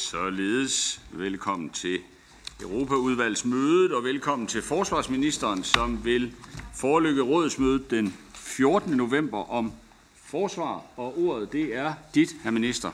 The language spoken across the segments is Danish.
Således velkommen til Europaudvalgsmødet, og velkommen til forsvarsministeren, som vil forelægge rådsmødet den 14. november om forsvar, og ordet det er dit, herr minister.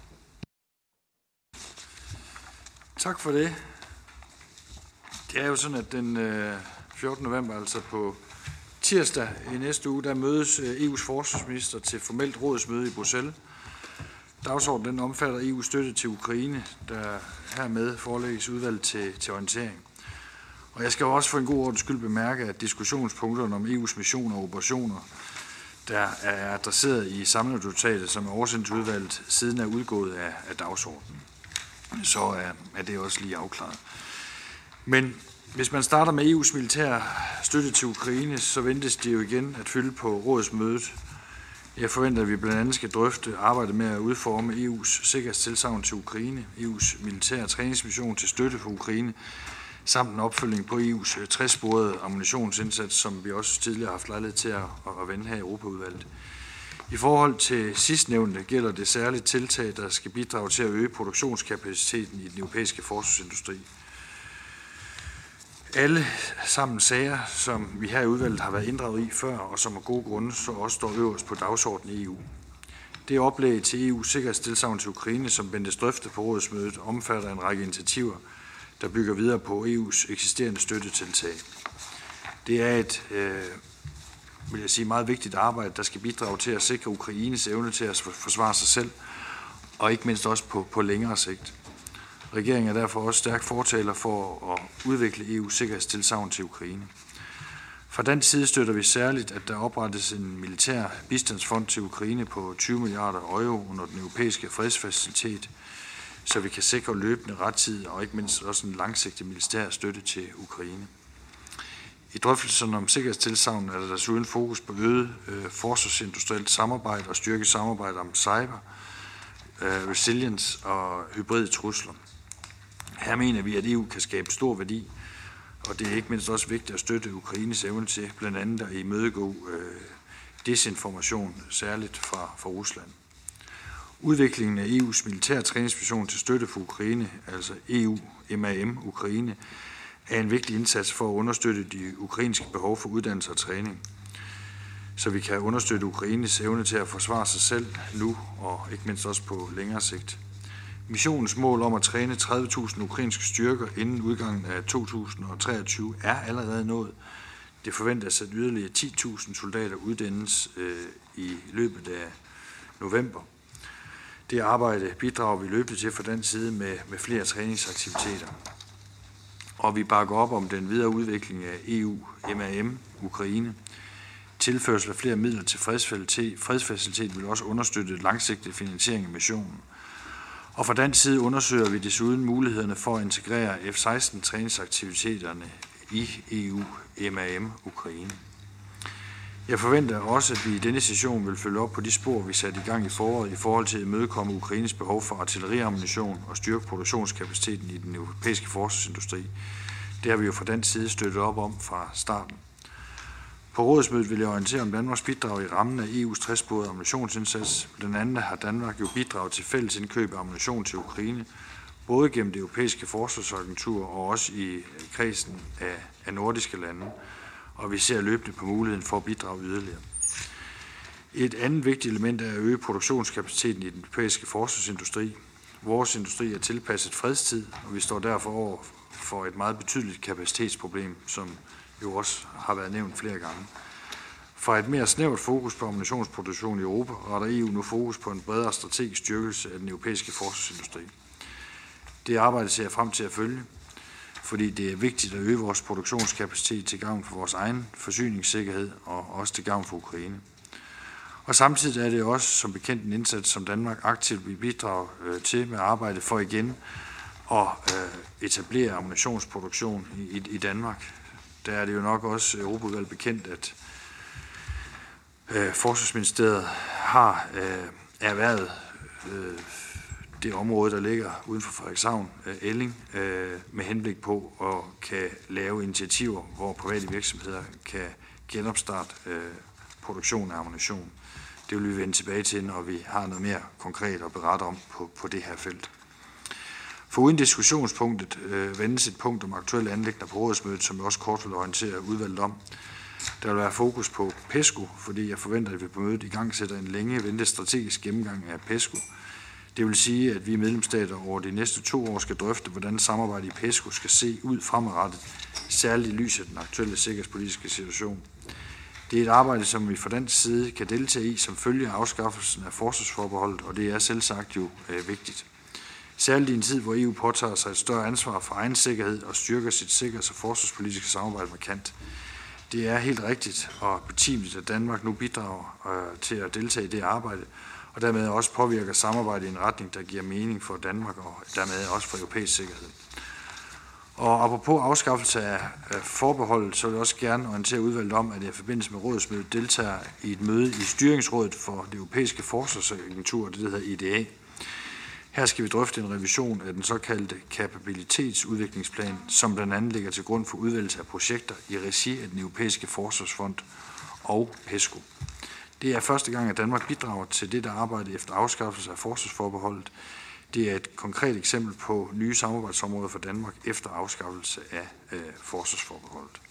Tak for det. Det er jo sådan, at den 14. november, altså på tirsdag i næste uge, der mødes EU's forsvarsminister til formelt rådsmøde i Bruxelles. Dagsordenen omfatter EU's støtte til Ukraine, der hermed forelægges udvalget til orientering. Og jeg skal også for en god ordens skyld bemærke, at diskussionspunkterne om EU's missioner og operationer, der er adresseret i samlenotatet, som er oversendt til udvalget, siden er udgået af dagsordenen. Så er det også lige afklaret. Men hvis man starter med EU's militære støtte til Ukraine, så ventes det jo igen at fylde på rådsmødet. Jeg forventer, at vi blandt andet skal drøfte arbejdet med at udforme EU's sikkerhedstilsagn til Ukraine, EU's militære træningsmission til støtte for Ukraine, samt en opfølging på EU's 60-sporede ammunitionsindsats, som vi også tidligere har haft lejlighed til at vende her i Europaudvalget. I forhold til sidstnævnte gælder det særligt tiltag, der skal bidrage til at øge produktionskapaciteten i den europæiske forsvarsindustri. Alle sammen sager, som vi her i udvalget har været inddraget i før, og som af gode grunde så også står øverst på dagsordenen i EU. Det oplæg til EU's sikkerhedstilsagn til Ukraine, som ventes drøftet på rådsmødet, omfatter en række initiativer, der bygger videre på EU's eksisterende støttetiltag. Det er et, vil jeg sige, meget vigtigt arbejde, der skal bidrage til at sikre Ukraines evne til at forsvare sig selv, og ikke mindst også på længere sigt. Regeringen er derfor også stærk fortaler for at udvikle EU's sikkerhedstilsagn til Ukraine. Fra den side støtter vi særligt, at der oprettes en militær bistandsfond til Ukraine på 20 milliarder euro under den europæiske fredsfacilitet, så vi kan sikre løbende rettidig og ikke mindst også en langsigtet militær støtte til Ukraine. I drøftelserne om sikkerhedstilsagn er der desuden fokus på øget forsvarsindustrielt samarbejde og styrket samarbejde om cyber, resilience og hybride trusler. Her mener vi, at EU kan skabe stor værdi, og det er ikke mindst også vigtigt at støtte Ukraines evne til blandt andet at imødegå desinformation, særligt fra Rusland. Udviklingen af EU's militære træningsmission til støtte for Ukraine, altså EU MAM Ukraine, er en vigtig indsats for at understøtte de ukrainske behov for uddannelse og træning, så vi kan understøtte Ukraines evne til at forsvare sig selv nu og ikke mindst også på længere sigt. Missionens mål om at træne 30.000 ukrainske styrker inden udgangen af 2023 er allerede nået. Det forventes, at yderligere 10.000 soldater uddannes i løbet af november. Det arbejde bidrager vi løbende til fra den side med flere træningsaktiviteter. Og vi bakker op om den videre udvikling af EU MAM Ukraine. Tilførsel af flere midler til fredsfacilitet vil også understøtte langsigtet finansiering af missionen. Og fra den side undersøger vi desuden mulighederne for at integrere F-16 træningsaktiviteterne i EU MAM Ukraine. Jeg forventer også, at vi i denne session vil følge op på de spor, vi satte i gang i foråret i forhold til at imødekomme Ukraines behov for artilleriammunition og styrke produktionskapaciteten i den europæiske forsvarsindustri. Det har vi jo fra den side støttet op om fra starten. På rådsmødet vil jeg orientere om Danmarks bidrag i rammen af EU's 60-sporede ammunitionsindsats. Blandt andet har Danmark jo bidraget til fælles indkøb af ammunition til Ukraine, både gennem det europæiske forsvarsagentur og også i kredsen af nordiske lande, og vi ser løbende på muligheden for at bidrage yderligere. Et andet vigtigt element er at øge produktionskapaciteten i den europæiske forsvarsindustri. Vores industri er tilpasset fredstid, og vi står derfor over for et meget betydeligt kapacitetsproblem, som jo også har været nævnt flere gange. Fra et mere snævert fokus på ammunitionsproduktion i Europa retter EU nu fokus på en bredere strategisk styrkelse af den europæiske forsvarsindustri. Det arbejde ser jeg frem til at følge, fordi det er vigtigt at øge vores produktionskapacitet til gavn for vores egen forsyningssikkerhed og også til gavn for Ukraine. Og samtidig er det også som bekendt en indsats, som Danmark aktivt vil bidrage til med arbejde for igen at etablere ammunitionsproduktion i Danmark. Der er det jo nok også Europaudvalget bekendt, at Forsvarsministeriet har erhvervet det område, der ligger uden for Frederikshavn, Elling, med henblik på at kan lave initiativer, hvor private virksomheder kan genopstarte produktion af ammunition. Det vil vi vende tilbage til, når vi har noget mere konkret at berette om på det her felt. For uden diskussionspunktet vendes et punkt om aktuelle anliggender på rådsmødet, som jeg også kort vil orientere udvalget om. Der vil være fokus på PESCO, fordi jeg forventer, at vi på mødet i gang sætter en længe ventet strategisk gennemgang af PESCO. Det vil sige, at vi medlemsstater over de næste 2 år skal drøfte, hvordan samarbejdet i PESCO skal se ud fremadrettet, særligt i lyset af den aktuelle sikkerhedspolitiske situation. Det er et arbejde, som vi fra dansk side kan deltage i som følge af afskaffelsen af forsvarsforbeholdet, og det er selvsagt jo vigtigt. Særligt i en tid, hvor EU påtager sig et større ansvar for egen sikkerhed og styrker sit sikkerheds- og forsvarspolitiske samarbejde markant. Det er helt rigtigt og betimeligt, at Danmark nu bidrager til at deltage i det arbejde, og dermed også påvirker samarbejdet i en retning, der giver mening for Danmark og dermed også for europæisk sikkerhed. Og apropos afskaffelse af forbeholdet, så vil jeg også gerne orientere udvalget om, at jeg i forbindelse med rådsmødet deltager i et møde i styringsrådet for det europæiske forsvarsagentur, det hedder IDA. Her skal vi drøfte en revision af den såkaldte kapabilitetsudviklingsplan, som blandt andet ligger til grund for udvælgelse af projekter i regi af den europæiske forsvarsfond og PESCO. Det er første gang, at Danmark bidrager til dette arbejde efter afskaffelse af forsvarsforbeholdet. Det er et konkret eksempel på nye samarbejdsområder for Danmark efter afskaffelse af forsvarsforbeholdet.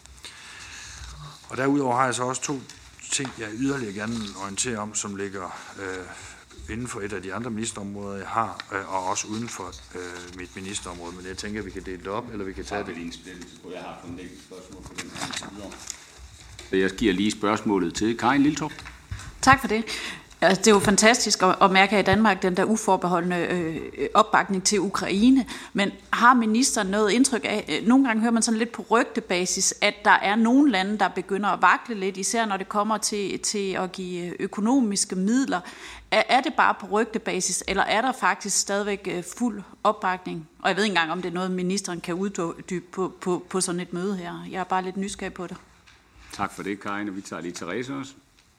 Og derudover har jeg så også 2 ting, jeg yderligere gerne vil orientere om, som ligger inden for et af de andre ministerområder, jeg har, og også uden for mit ministerområde. Men jeg tænker, at vi kan dele det op, eller vi kan tage det. Jeg har fundet et spørgsmål på den her. Jeg giver lige spørgsmålet til Karin Liltorp. Tak for det. Altså, det er jo fantastisk at mærke i Danmark den der uforbeholdende opbakning til Ukraine, men har ministeren noget indtryk af, nogle gange hører man sådan lidt på rygtebasis, at der er nogle lande, der begynder at vakle lidt, især når det kommer til at give økonomiske midler. Er det bare på rygtebasis, eller er der faktisk stadigvæk fuld opbakning? Og jeg ved ikke engang, om det er noget, ministeren kan uddybe på sådan et møde her. Jeg er bare lidt nysgerrig på det. Tak for det, Karin, og vi tager lige Therese også.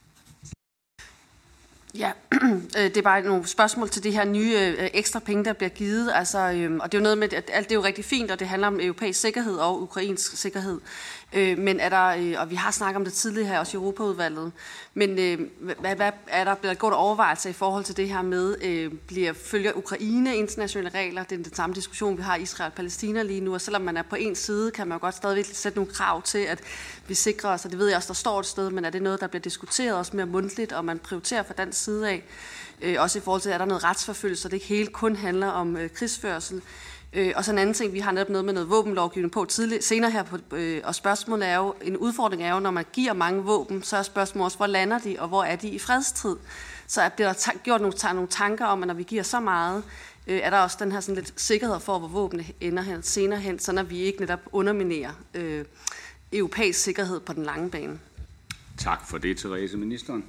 Ja, det er bare nogle spørgsmål til de her nye ekstra penge, der bliver givet. Altså, og det er jo noget med, at alt det er jo rigtig fint, og det handler om europæisk sikkerhed og ukrainsk sikkerhed. Men er der, og vi har snakket om det tidligere her også i Europaudvalget, men hvad er der blevet gjort overvejelser i forhold til det her med, følger Ukraine internationale regler? Det er den samme diskussion, vi har i Israel-Palæstina lige nu, og selvom man er på en side, kan man jo godt stadigvæk sætte nogle krav til, at vi sikrer os, og det ved jeg også, der står et sted, men er det noget, der bliver diskuteret også mere mundtligt, og man prioriterer fra den side af, også i forhold til, at der er noget retsforfølgelse, så det ikke helt kun handler om krigsførsel. Og så en anden ting, vi har netop noget med noget våbenlovgivning på senere her, og spørgsmålet er jo, en udfordring er jo, når man giver mange våben, så er spørgsmålet også, hvor lander de, og hvor er de i fredstid? Så bliver der gjort nogle tanker om, at når vi giver så meget, er der også den her sådan lidt sikkerhed for, hvor våbnene ender hen senere hen, så når vi ikke netop underminerer europæisk sikkerhed på den lange bane. Tak for det, Therese. Ministeren.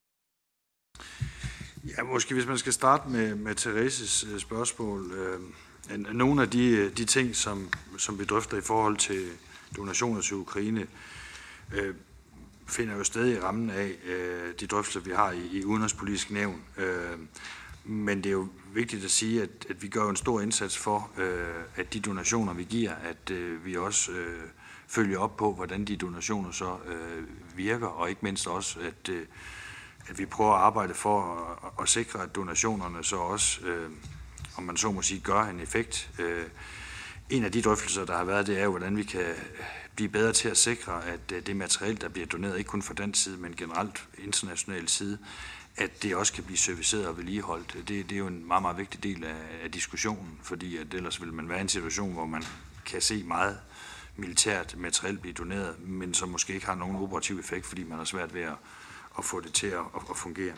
Ja, måske hvis man skal starte med Thereses spørgsmål. Nogle af de ting, som vi drøfter i forhold til donationer til Ukraine, finder jo stadig i rammen af de drøftelser, vi har i Udenrigspolitisk Nævn. Men det er jo vigtigt at sige, at vi gør en stor indsats for, at de donationer, vi giver, at vi også følger op på, hvordan de donationer så virker, og ikke mindst også, at vi prøver at arbejde for at sikre, at donationerne så også, om man så må sige, gør en effekt. En af de drøftelser, der har været, det er jo, hvordan vi kan blive bedre til at sikre, at det materiel, der bliver doneret, ikke kun fra dansk side, men generelt international side, at det også kan blive serviceret og vedligeholdt. Det er jo en meget, meget vigtig del af diskussionen, fordi at ellers vil man være i en situation, hvor man kan se meget militært materiel blive doneret, men som måske ikke har nogen operativ effekt, fordi man har svært ved at få det til at fungere.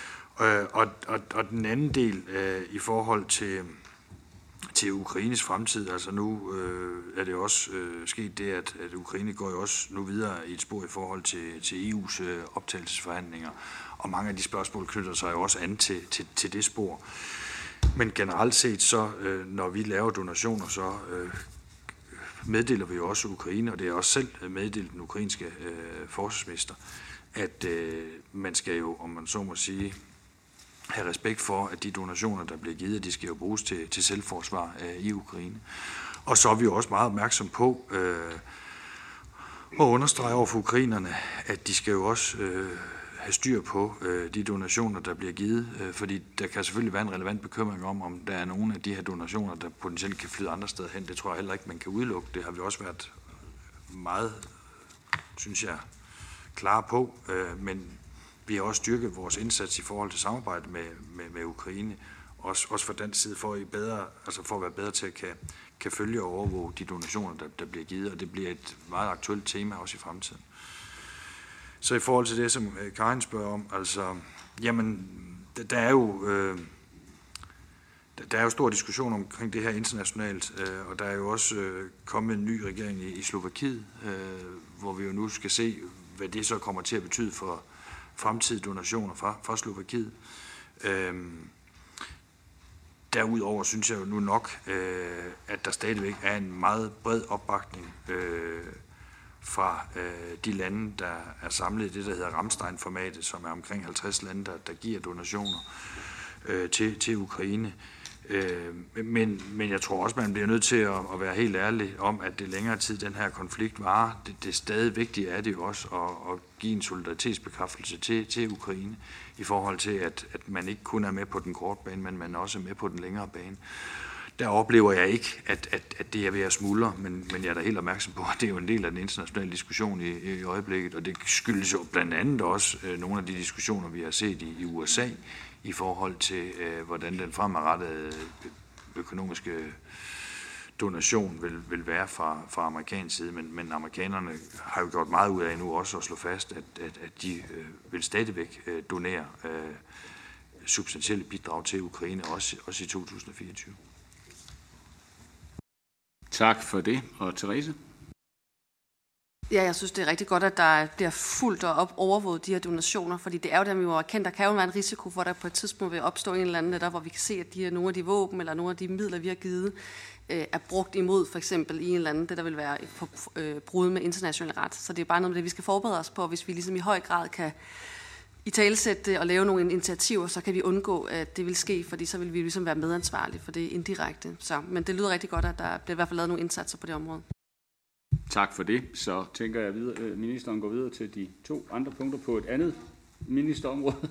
Og den anden del i forhold til Ukraines fremtid, altså nu er det også sket det, at Ukraine går jo også nu videre i et spor i forhold til EU's optagelsesforhandlinger, og mange af de spørgsmål knytter sig jo også an til det spor. Men generelt set så, når vi laver donationer, så meddeler vi jo også Ukraine, og det er også selv meddelt den ukrainske forsvarsminister, at man skal jo, om man så må sige, have respekt for, at de donationer, der bliver givet, de skal jo bruges til selvforsvar i Ukraine. Og så er vi jo også meget opmærksom på at understrege over for ukrainerne, at de skal jo også have styr på de donationer, der bliver givet, fordi der kan selvfølgelig være en relevant bekymring om der er nogle af de her donationer, der potentielt kan flyde andre steder hen. Det tror jeg heller ikke, man kan udelukke. Det har vi også været meget, synes jeg, klare på, men vi har også styrket vores indsats i forhold til samarbejde med Ukraine, også fra den side, for at være bedre til at kan følge og overvåge de donationer, der bliver givet, og det bliver et meget aktuelt tema også i fremtiden. Så i forhold til det, som Karin spørger om, altså, jamen, der er jo stor diskussion omkring det her internationalt, og der er jo også kommet en ny regering i Slovakiet, hvor vi jo nu skal se, hvad det så kommer til at betyde for fremtidige donationer fra Slovakiet. Derudover synes jeg jo nu nok, at der stadigvæk er en meget bred opbakning fra de lande, der er samlet i det, der hedder Ramstein-formatet, som er omkring 50 lande, der giver donationer til Ukraine. Men jeg tror også, man bliver nødt til at være helt ærlig om, at det længere tid, den her konflikt varer. Det stadig vigtige er det jo også at give en solidaritetsbekræftelse til Ukraine i forhold til, at man ikke kun er med på den korte bane, men man også er med på den længere bane. Der oplever jeg ikke, at det er ved at smuldre, men jeg er da helt opmærksom på, at det er jo en del af den internationale diskussion i øjeblikket, og det skyldes jo blandt andet også nogle af de diskussioner, vi har set i USA, i forhold til, hvordan den fremadrettede økonomiske donation vil være fra amerikansk side. Men amerikanerne har jo gjort meget ud af nu også at slå fast, at de vil stadigvæk donere substantielle bidrag til Ukraine, også i 2024. Tak for det. Og Therese? Ja, jeg synes, det er rigtig godt, at der bliver fuldt og overvåget de her donationer, fordi det er jo dem, vi må erkende, der kan jo være en risiko for, at der på et tidspunkt vil opstå en eller anden, der, hvor vi kan se, at nogle af de våben eller nogle af de midler, vi har givet, er brugt imod for eksempel i en eller anden, det der vil være et brud med international ret. Så det er bare noget med det, vi skal forberede os på, hvis vi ligesom i høj grad kan italesætte det og lave nogle initiativer, så kan vi undgå, at det vil ske, fordi så vil vi ligesom være medansvarlige for det indirekte. Men det lyder rigtig godt, at der bliver i hvert fald lavet nogle indsatser på det område. Tak for det. Så tænker jeg, at ministeren går videre til de 2 andre punkter på et andet ministerområde.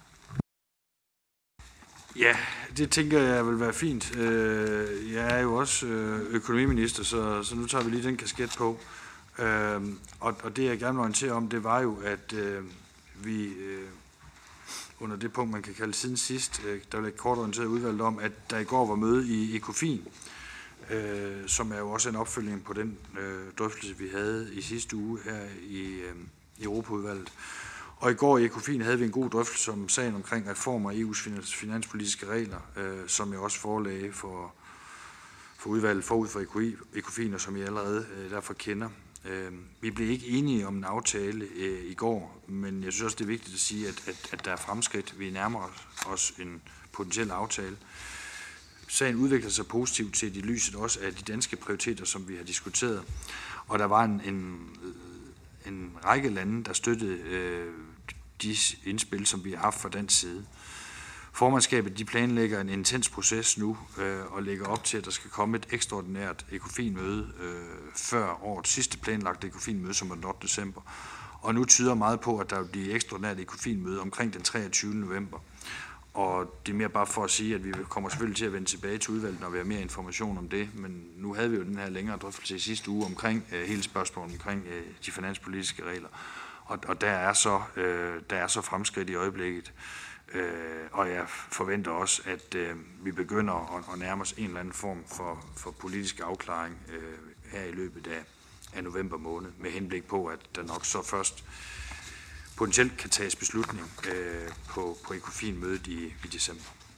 Ja, det tænker jeg vil være fint. Jeg er jo også økonomiminister, så nu tager vi lige den kasket på. Og det, jeg gerne vil orientere om, det var jo, at vi under det punkt, man kan kalde siden sidst, der blev et kort orienteret udvalgt om, at der i går var møde i ECOFIN, som er jo også en opfølgning på den drøftelse, vi havde i sidste uge her i Europaudvalget. Og i går i ECOFIN havde vi en god drøftelse om sagen omkring reformer af EU's finanspolitiske regler, som jeg også forelagde for udvalget forud for ECOFIN, og som I allerede derfor kender. Vi blev ikke enige om en aftale i går, men jeg synes også, det er vigtigt at sige, at der er fremskridt. Vi nærmer os en potentiel aftale. Sagen udvikler sig positivt til i lyset også af de danske prioriteter, som vi har diskuteret. Og der var en række lande, der støttede de indspil, som vi har haft fra dansk side. Formandskabet de planlægger en intens proces nu og lægger op til, at der skal komme et ekstraordinært ECOFIN-møde før årets sidste planlagte ECOFIN-møde, som er den 8. december. Og nu tyder meget på, at der vil blive et ekstraordinært ECOFIN-møde omkring den 23. november. Og det er mere bare for at sige, at vi kommer selvfølgelig til at vende tilbage til udvalget, når vi har mere information om det. Men nu havde vi jo den her længere drøftelse i sidste uge omkring hele spørgsmålet omkring de finanspolitiske regler. Og der er så fremskridt i øjeblikket. Og jeg forventer også, at vi begynder at nærme os en eller anden form for politisk afklaring her i løbet af november måned, med henblik på, at der nok så først potentielt kan tages beslutning på ECOFIN-mødet i december.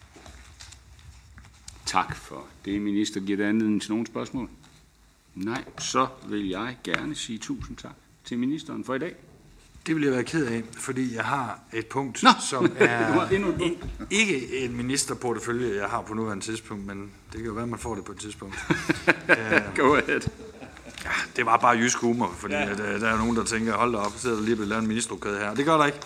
Tak for det, minister. Giver det anledning til nogle spørgsmål? Nej, så vil jeg gerne sige tusind tak til ministeren for i dag. Det vil jeg være ked af, fordi jeg har et punkt, som er ikke en ministerportefølje, jeg har på nuværende tidspunkt, men det kan jo være, at man får det på et tidspunkt. Go ahead. Ja, det var bare jysk humor, fordi der er nogen, der tænker, hold da op, så sidder der lige og laver en ministerrokade her. Det gør der ikke.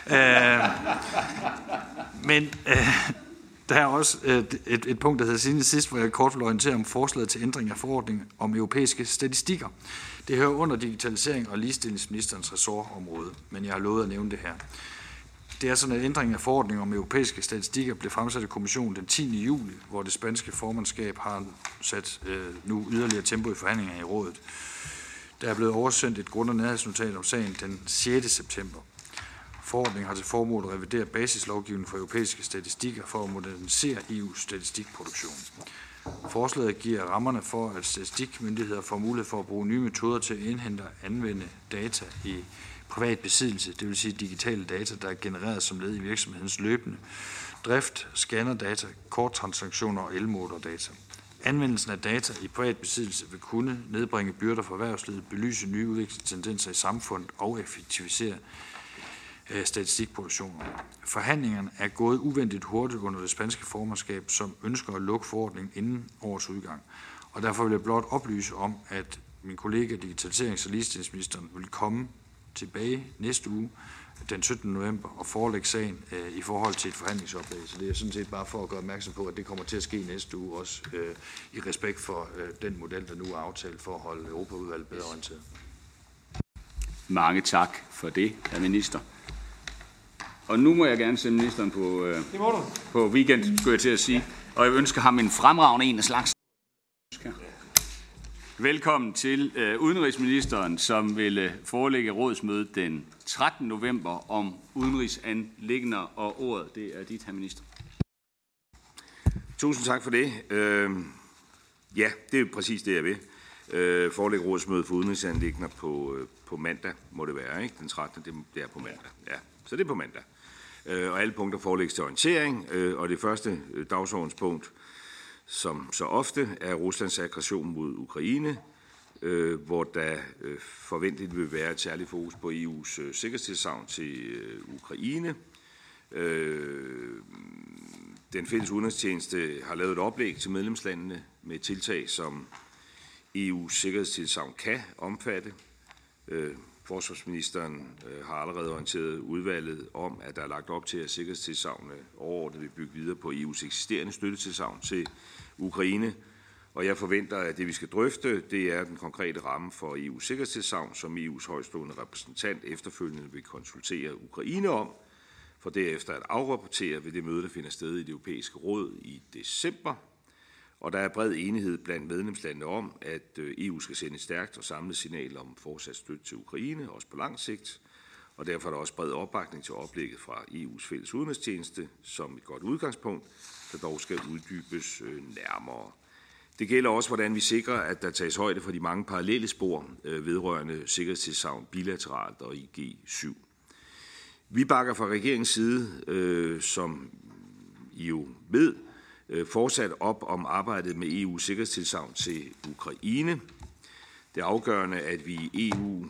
Men der er også et punkt, der hedder siden sidst, hvor jeg kort vil orientere om forslaget til ændring af forordningen om europæiske statistikker. Det hører under digitalisering og ligestillingsministerens ressortområde, men jeg har lovet at nævne det her. Det er sådan, at ændringen af forordningen om europæiske statistikker blev fremsat af kommissionen den 10. juli, hvor det spanske formandskab har sat nu yderligere tempo i forhandlinger i rådet. Der er blevet oversendt et grund- og nærhedsnotat om sagen den 6. september. Forordningen har til formål at revidere basislovgivningen for europæiske statistikker for at modernisere EU's statistikproduktion. Forslaget giver rammerne for, at statistikmyndigheder får mulighed for at bruge nye metoder til at indhente og anvende data i privat besiddelse, det vil sige digitale data, der er genereret som led i virksomhedens løbende drift, scannerdata, korttransaktioner og elmoderdata. Anvendelsen af data i privat besiddelse vil kunne nedbringe byrder for erhvervslivet, belyse nye udviklingstendenser i samfundet og effektivisere statistikproduktionen. Forhandlingerne er gået uventet hurtigt under det spanske formandskab, som ønsker at lukke forordningen inden årets udgang. Og derfor vil jeg blot oplyse om, at min kollega digitaliserings- og ligestillingsministeren vil komme tilbage næste uge, den 17. november, og forelægge sagen i forhold til et forhandlingsoplæg. Så det er sådan set bare for at gøre opmærksom på, at det kommer til at ske næste uge, også i respekt for den model, der nu er aftalt for at holde Europaudvalget bedre orienteret. Mange tak for det, hr. minister. Og nu må jeg gerne sende ministeren på weekend, skulle jeg til at sige. Og jeg ønsker ham en fremragende en af slags. Velkommen til udenrigsministeren, som vil forelægge rådsmødet den 13. november om udenrigsanliggender, og ordet det er dit, hr. minister. Tusind tak for det. Ja, det er jo præcis det, jeg vil. Forelægge rådsmødet for udenrigsanliggender på mandag, må det være, ikke? Den 13. Det er på mandag. Ja, så det er på mandag. Og alle punkter forelægges til orientering, og det første dagsordenspunkt, som så ofte er Ruslands aggression mod Ukraine, hvor der forventeligt vil være et særligt fokus på EU's sikkerhedstilsagn til Ukraine. Den fælles udenrigstjeneste har lavet et oplæg til medlemslandene med tiltag, som EU's sikkerhedstilsagn kan omfatte. Forsvarsministeren har allerede orienteret udvalget om, at der er lagt op til, at sikkerhedstilsagnene overordnet vil bygge videre på EU's eksisterende støttetilsagn til Ukraine. Og jeg forventer, at det vi skal drøfte, det er den konkrete ramme for EU's sikkerhedstilsagn, som EU's højstående repræsentant efterfølgende vil konsultere Ukraine om, for derefter at afrapportere ved det møde, der finder sted i det europæiske råd i december. Og der er bred enighed blandt medlemslandene om, at EU skal sende et stærkt og samlet signal om fortsat støtte til Ukraine, også på lang sigt. Og derfor er der også bred opbakning til oplægget fra EU's fælles udenrigstjeneste som et godt udgangspunkt, der dog skal uddybes nærmere. Det gælder også, hvordan vi sikrer, at der tages højde for de mange parallelle spor vedrørende sikkerhedstilsagn bilateralt og i G7. Vi bakker fra regeringens side, som I jo ved, fortsat op om arbejdet med EU's sikkerhedstilsagn til Ukraine. Det er afgørende, at vi i EU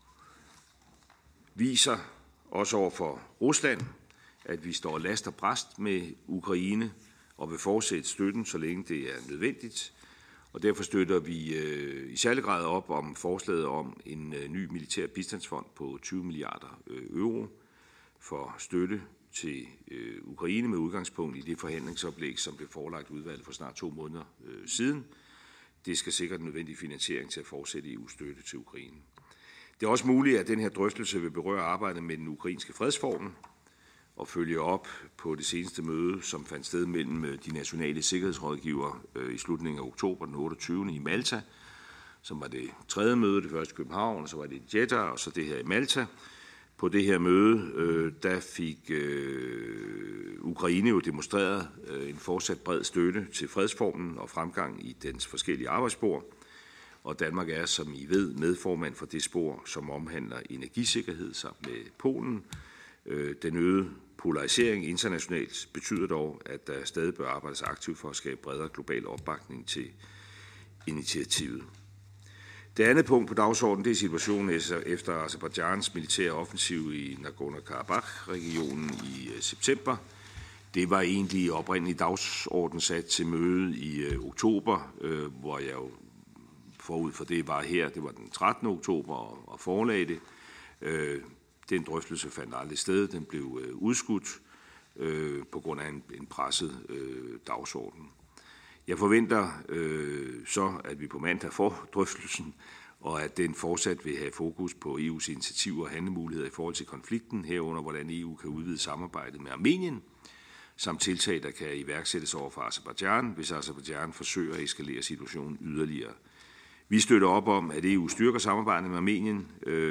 viser, også over for Rusland, at vi står last og brast med Ukraine og vil fortsætte støtten, så længe det er nødvendigt. Og derfor støtter vi i særlig grad op om forslaget om en ny militær bistandsfond på 20 milliarder euro for støtte til Ukraine med udgangspunkt i det forhandlingsoplæg, som blev forelagt udvalget for snart 2 måneder siden. Det skal sikre den nødvendige finansiering til at fortsætte EU's støtte til Ukraine. Det er også muligt, at den her drøftelse vil berøre arbejdet med den ukrainske fredsformel og følge op på det seneste møde, som fandt sted mellem de nationale sikkerhedsrådgivere i slutningen af oktober den 28. i Malta, som var det 3. møde, det første i København, og så var det i Jeddah, og så det her i Malta. På det her møde, der fik Ukraine jo demonstreret en fortsat bred støtte til fredsformen og fremgang i dens forskellige arbejdsspor. Og Danmark er, som I ved, medformand for det spor, som omhandler energisikkerhed samt med Polen. Den øgede polarisering internationalt betyder dog, at der stadig bør arbejdes aktivt for at skabe bredere global opbakning til initiativet. Det andet punkt på dagsordenen, det er situationen efter Aserbajdsjans militære offensiv i Nagorno-Karabakh-regionen i september. Det var egentlig oprindeligt dagsorden sat til møde i oktober, hvor jeg jo forud for det var her. Det var den 13. oktober og forelagde det. Den drøftelse fandt aldrig sted. Den blev udskudt på grund af en presset dagsorden. Jeg forventer så, at vi på mandag får drøftelsen, og at den fortsat vil have fokus på EU's initiativer og handlemuligheder i forhold til konflikten, herunder hvordan EU kan udvide samarbejdet med Armenien, samt tiltag, der kan iværksættes over for Aserbajdsjan, hvis Aserbajdsjan forsøger at eskalere situationen yderligere. Vi støtter op om, at EU styrker samarbejdet med Armenien,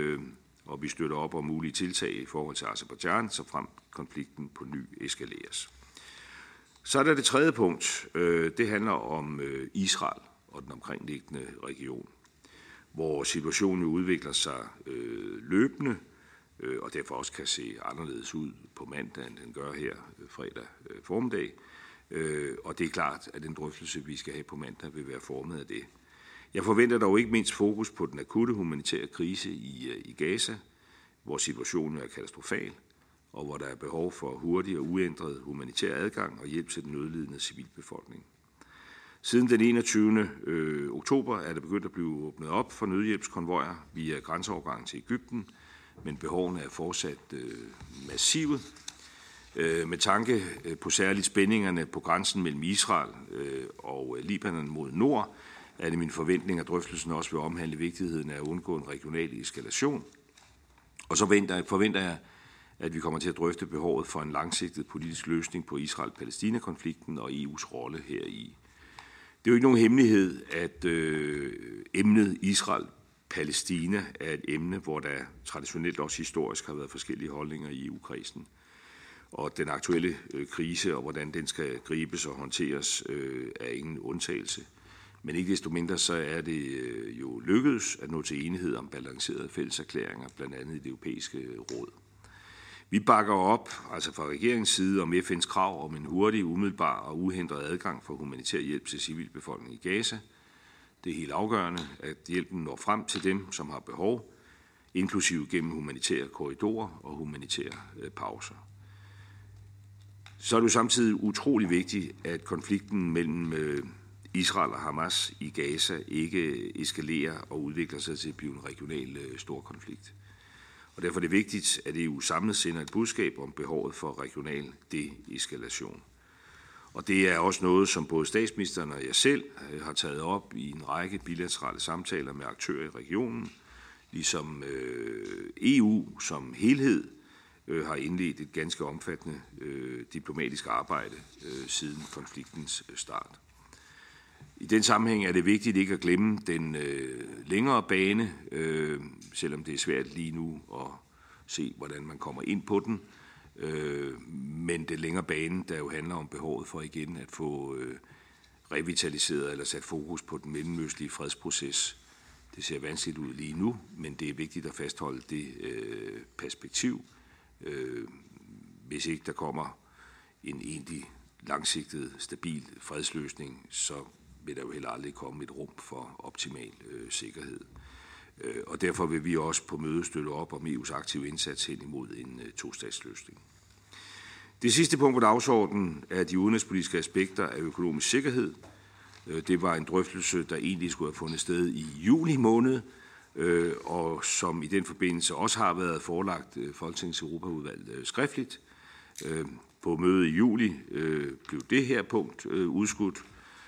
og vi støtter op om mulige tiltag i forhold til Aserbajdsjan, så frem konflikten på ny eskaleres. Så er der det tredje punkt. Det handler om Israel og den omkringliggende region, hvor situationen udvikler sig løbende, og derfor også kan se anderledes ud på mandag, end den gør her fredag formiddag. Og det er klart, at den drøftelse, vi skal have på mandag, vil være formet af det. Jeg forventer dog ikke mindst fokus på den akutte humanitære krise i Gaza, hvor situationen er katastrofal, og hvor der er behov for hurtig og uændret humanitær adgang og hjælp til den nødlidende civilbefolkning. Siden den 21. oktober er der begyndt at blive åbnet op for nødhjælpskonvojer via grænseovergangen til Egypten, men behovene er fortsat massive. Med tanke på særligt spændingerne på grænsen mellem Israel og Libanon mod nord, er det min forventning, at drøftelsen også vil omhandle vigtigheden af at undgå en regional eskalation. Og så forventer jeg, at vi kommer til at drøfte behovet for en langsigtet politisk løsning på Israel-Palæstina-konflikten og EU's rolle heri. Det er jo ikke nogen hemmelighed, at emnet Israel-Palæstina er et emne, hvor der traditionelt også historisk har været forskellige holdninger i EU-kredsen. Og den aktuelle krise og hvordan den skal gribes og håndteres er ingen undtagelse. Men ikke desto mindre så er det jo lykkedes at nå til enighed om balancerede fælleserklæringer, blandt andet i det europæiske råd. Vi bakker op, altså fra regeringens side, om FN's krav om en hurtig, umiddelbar og uhindret adgang for humanitær hjælp til civilbefolkningen i Gaza. Det er helt afgørende, at hjælpen når frem til dem, som har behov, inklusive gennem humanitære korridorer og humanitære pauser. Så er det jo samtidig utrolig vigtigt, at konflikten mellem Israel og Hamas i Gaza ikke eskalerer og udvikler sig til at blive en regional storkonflikt. Og derfor er det vigtigt, at EU samlet sender et budskab om behovet for regional deeskalation. Og det er også noget, som både statsministeren og jeg selv har taget op i en række bilaterale samtaler med aktører i regionen, ligesom EU som helhed har indledt et ganske omfattende diplomatisk arbejde siden konfliktens start. I den sammenhæng er det vigtigt ikke at glemme den længere bane, selvom det er svært lige nu at se, hvordan man kommer ind på den. Men den længere bane, der jo handler om behovet for igen at få revitaliseret eller sat fokus på den mellemøstlige fredsproces. Det ser vanskeligt ud lige nu, men det er vigtigt at fastholde det perspektiv. Hvis ikke der kommer en egentlig langsigtet, stabil fredsløsning, så vil der jo heller aldrig komme et rum for optimal sikkerhed. Og derfor vil vi også på mødet støtte op om EU's aktive indsats hen imod en tostatsløsning. Det sidste punkt på dagsordenen er de udenrigspolitiske aspekter af økonomisk sikkerhed. Det var en drøftelse, der egentlig skulle have fundet sted i juli måned, og som i den forbindelse også har været forelagt Folketingets Europaudvalg skriftligt. På mødet i juli blev det her punkt udskudt.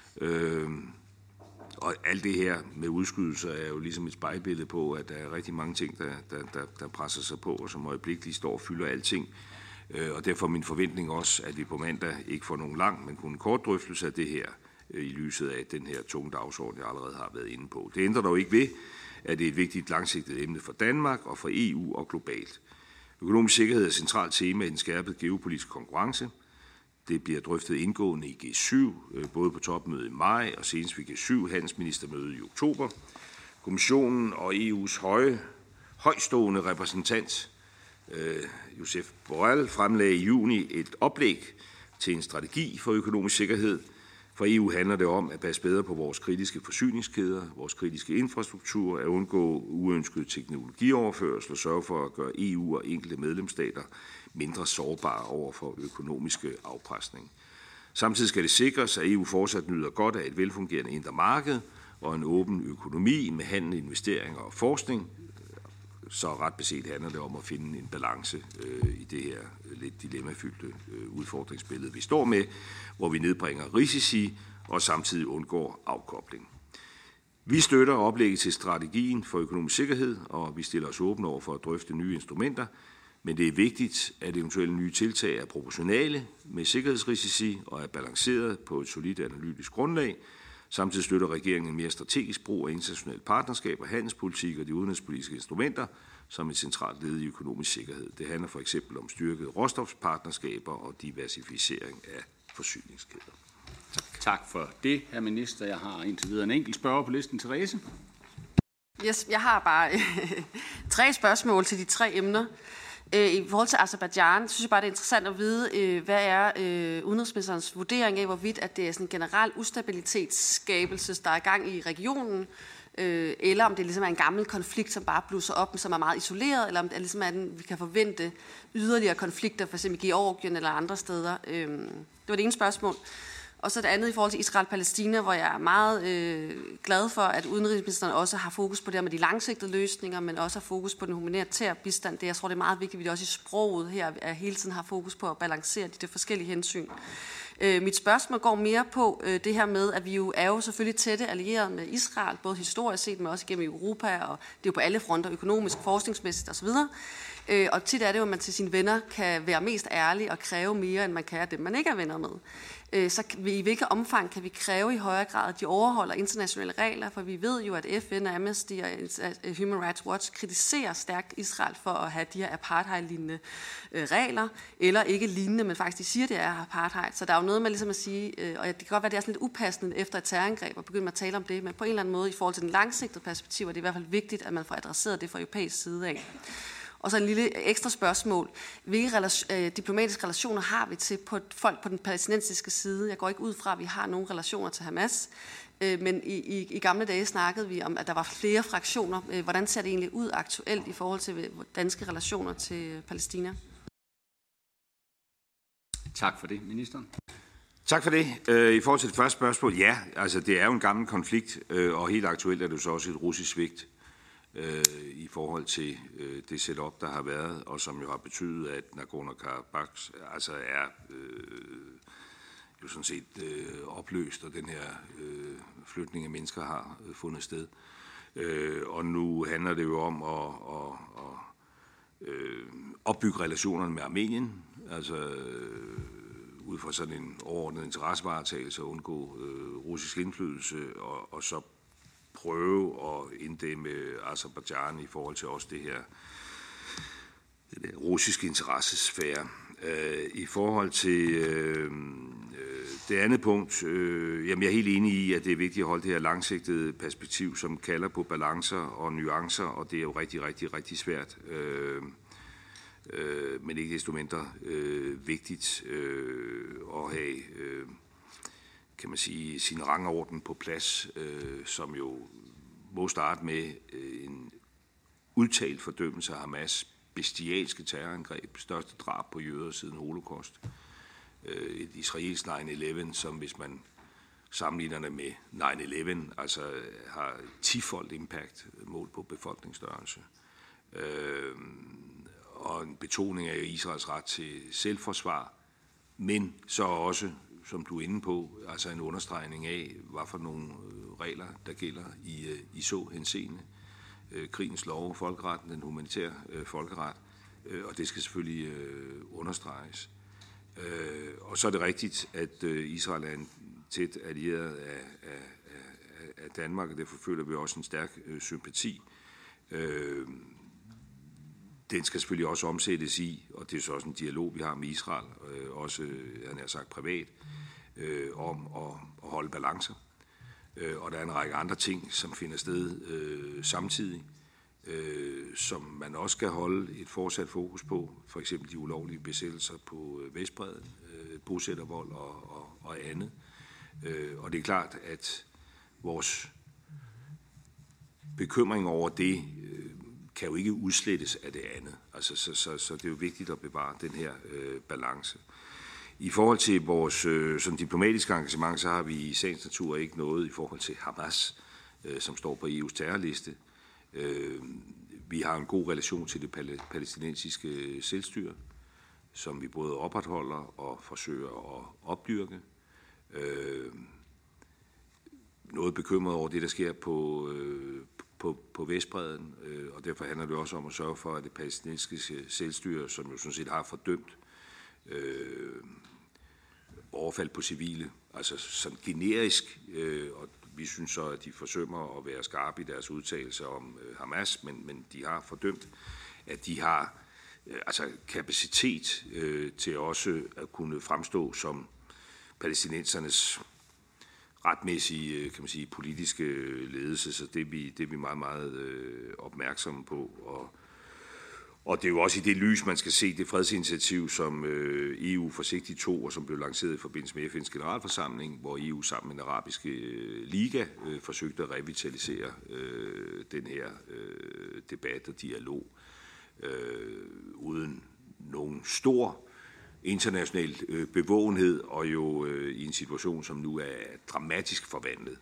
Og alt det her med udskydelser er jo ligesom et spejlbillede på, at der er rigtig mange ting, der presser sig på, og som øjeblikkeligt står og fylder alting. Og derfor er min forventning også, at vi på mandag ikke får nogen lang, men kun en kort drøftelse af det her, i lyset af den her tunge dagsorden, jeg allerede har været inde på. Det ændrer dog ikke ved, at det er et vigtigt langsigtet emne for Danmark og for EU og globalt. Økonomisk sikkerhed er et centralt tema i den skærpede geopolitiske konkurrence. Det bliver drøftet indgående i G7, både på topmødet i maj og senest ved G7 handelsministermøde i oktober. Kommissionen og EU's højstående repræsentant, Josep Borrell, fremlagde i juni et oplæg til en strategi for økonomisk sikkerhed. For EU handler det om at passe bedre på vores kritiske forsyningskæder, vores kritiske infrastruktur, at undgå uønskede teknologioverførsel og sørge for at gøre EU og enkelte medlemsstater mindre sårbare over for økonomiske afpresning. Samtidig skal det sikres, at EU fortsat nyder godt af et velfungerende indre marked og en åben økonomi med handel, investeringer og forskning. Så ret beset handler det om at finde en balance i det her lidt dilemmafyldte udfordringsbillede, vi står med, hvor vi nedbringer risici og samtidig undgår afkobling. Vi støtter oplægget til strategien for økonomisk sikkerhed, og vi stiller os åbne over for at drøfte nye instrumenter, men det er vigtigt, at eventuelle nye tiltag er proportionale med sikkerhedsrisici og er balanceret på et solidt analytisk grundlag. Samtidig støtter regeringen en mere strategisk brug af internationale partnerskaber, handelspolitik og de udenrigspolitiske instrumenter som et centralt led i økonomisk sikkerhed. Det handler for eksempel om styrkede råstofspartnerskaber og diversificering af forsyningskæder. Tak for det, hr. minister. Jeg har indtil videre en enkelt spørger på listen. Therese? Yes, jeg har bare 3 spørgsmål til de 3 emner. I forhold til Aserbajdsjan, synes jeg bare, det er interessant at vide, hvad er udenrigsministerens vurdering af, hvorvidt at det er sådan en generel ustabilitetsskabelse, der er i gang i regionen, eller om det ligesom er en gammel konflikt, som bare blusser op, som er meget isoleret, eller om det ligesom er vi kan forvente yderligere konflikter, f.eks. i Georgien eller andre steder. Det var det ene spørgsmål. Og så det andet i forhold til Israel-Palæstina, hvor jeg er meget glad for, at udenrigsministeren også har fokus på det her med de langsigtede løsninger, men også har fokus på den humanitære bistand. Jeg tror, det er meget vigtigt, at vi også i sproget her hele tiden har fokus på at balancere de forskellige hensyn. Mit spørgsmål går mere på det her med, at vi jo er jo selvfølgelig tætte allierede med Israel, både historisk set, men også gennem Europa, og det er jo på alle fronter, økonomisk, forskningsmæssigt osv. Og tit er det jo, at man til sine venner kan være mest ærlig og kræve mere, end man kan af dem, man ikke er venner med. Så i hvilket omfang kan vi kræve i højere grad, at de overholder internationale regler, for vi ved jo, at FN, Amnesty og Human Rights Watch kritiserer stærkt Israel for at have de her apartheid-lignende regler, eller ikke lignende, men faktisk de siger, det er apartheid. Så der er jo noget med ligesom at sige, og det kan godt være, det er sådan lidt upassende efter et terrorangreb og begynde at tale om det, men på en eller anden måde i forhold til den langsigtede perspektiv, er det i hvert fald vigtigt, at man får adresseret det fra europæisk side af. Og så en lille ekstra spørgsmål. Hvilke diplomatiske relationer har vi til folk på den palæstinensiske side? Jeg går ikke ud fra, at vi har nogle relationer til Hamas, men i gamle dage snakkede vi om, at der var flere fraktioner. Hvordan ser det egentlig ud aktuelt i forhold til danske relationer til Palæstina? Tak for det, ministeren. Tak for det. I forhold til det første spørgsmål, ja, altså det er jo en gammel konflikt, og helt aktuelt er det jo så også et russisk svigt i forhold til det setup, der har været, og som jo har betydet, at Nagorno-Karabakh altså er jo sådan set opløst, og den her flytning af mennesker har fundet sted. Og nu handler det jo om at opbygge relationerne med Armenien, altså ud fra sådan en overordnet interessevaretagelse og undgå russisk indflydelse, og så prøve at inddæmme Aserbajdsjan i forhold til også det her russiske interessesfære. I forhold til det andet punkt, jamen jeg er helt enig i, at det er vigtigt at holde det her langsigtede perspektiv, som kalder på balancer og nuancer, og det er jo rigtig, rigtig, rigtig svært. Men ikke desto mindre vigtigt at have kan man sige, sin rangorden på plads, som jo må starte med en udtalt fordømmelse af Hamas' bestialske terrorangreb, største drab på jøder siden holocaust. Et israelsk 9/11, som hvis man sammenligner det med 9/11, altså har 10-fold impact målt på befolkningsstørrelse. Og en betoning af Israels ret til selvforsvar, men så også, som du er inde på, altså en understregning af, hvad for nogle regler, der gælder i så henseende. Krigens lov, folkeretten, den humanitære folkeret, og det skal selvfølgelig understreges. Og så er det rigtigt, at Israel er en tæt allieret af Danmark, og derfor føler vi også en stærk sympati. Den skal selvfølgelig også omsættes i, og det er så også en dialog, vi har med Israel, også, han har sagt privat, om at holde balancer. Og der er en række andre ting, som finder sted samtidig, som man også skal holde et fortsat fokus på, for eksempel de ulovlige besættelser på Vestbredden, bosættervold og andet. Og det er klart, at vores bekymring over det kan jo ikke udslettes af det andet. Altså, så det er jo vigtigt at bevare den her balance. I forhold til vores sådan diplomatiske engagement, så har vi i sagens natur ikke noget i forhold til Hamas, som står på EU's terrorliste. Vi har en god relation til det palæstinensiske selvstyre, som vi både opretholder og forsøger at opdyrke. noget bekymret over det, der sker på Vestbredden, og derfor handler det også om at sørge for, at det palæstinensiske selvstyre, som jo sådan set har fordømt overfald på civile, altså sådan generisk, og vi synes så, at de forsømmer at være skarpe i deres udtalelser om Hamas, men de har fordømt, at de har altså kapacitet til også at kunne fremstå som palæstinensernes retmæssige, kan man sige, politiske ledelse, så det er vi meget, meget opmærksomme på. Og det er jo også i det lys, man skal se det fredsinitiativ, som EU forsigtigt tog, og som blev lanceret i forbindelse med FN's generalforsamling, hvor EU sammen med den arabiske liga forsøgte at revitalisere den her debat og dialog uden nogen stor international bevågenhed, og jo i en situation, som nu er dramatisk forvandlet,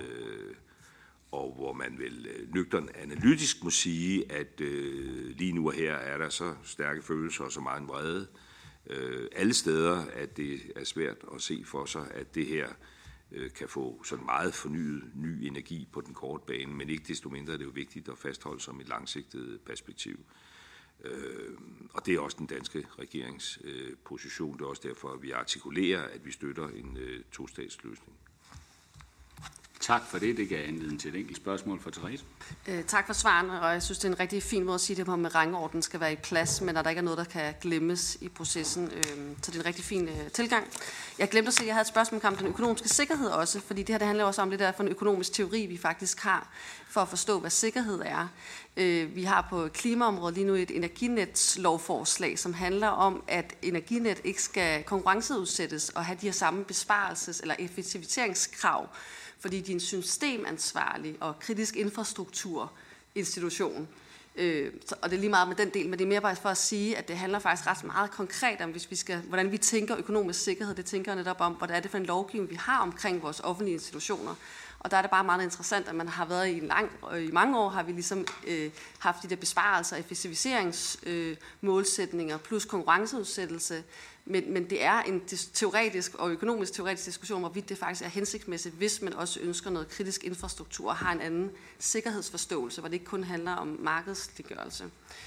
og hvor man vel nøgtern analytisk må sige, at lige nu og her er der så stærke følelser og så meget vrede alle steder, at det er svært at se for sig, at det her kan få sådan meget fornyet ny energi på den korte bane, men ikke desto mindre er det jo vigtigt at fastholde som et langsigtet perspektiv. Og det er også den danske regerings position. Det er også derfor, at vi artikulerer, at vi støtter en tostatsløsning. Tak for det. Det gav anledning til et enkelt spørgsmål fra Therese. Tak for svarene, og jeg synes, det er en rigtig fin måde at sige det på, med rangorden skal være i plads, men at der ikke er noget, der kan glemmes i processen. Så det er en rigtig fin tilgang. Jeg glemte at sige, at jeg havde et spørgsmål om den økonomiske sikkerhed også, fordi det her det handler også om det der for en økonomisk teori, vi faktisk har, for at forstå, hvad sikkerhed er. Vi har på klimaområdet lige nu et energinetslovforslag, som handler om, at Energinet ikke skal konkurrenceudsættes og have de her samme besparelses- eller effektiviseringskrav, fordi de er en systemansvarlig og kritisk infrastrukturinstitution. Og det er lige meget med den del, men det er mere bare for at sige, at det handler faktisk ret meget konkret om, hvis vi skal, hvordan vi tænker økonomisk sikkerhed. Det tænker netop om, hvordan er det for en lovgivning, vi har omkring vores offentlige institutioner. Og der er det bare meget interessant, at man har været i mange år, har vi ligesom haft de der besparelser, effektiviseringsmålsætninger plus konkurrenceudsættelse. Men det er en teoretisk og økonomisk teoretisk diskussion, hvorvidt det faktisk er hensigtsmæssigt, hvis man også ønsker noget kritisk infrastruktur og har en anden sikkerhedsforståelse, hvor det ikke kun handler om markedsliggørelse.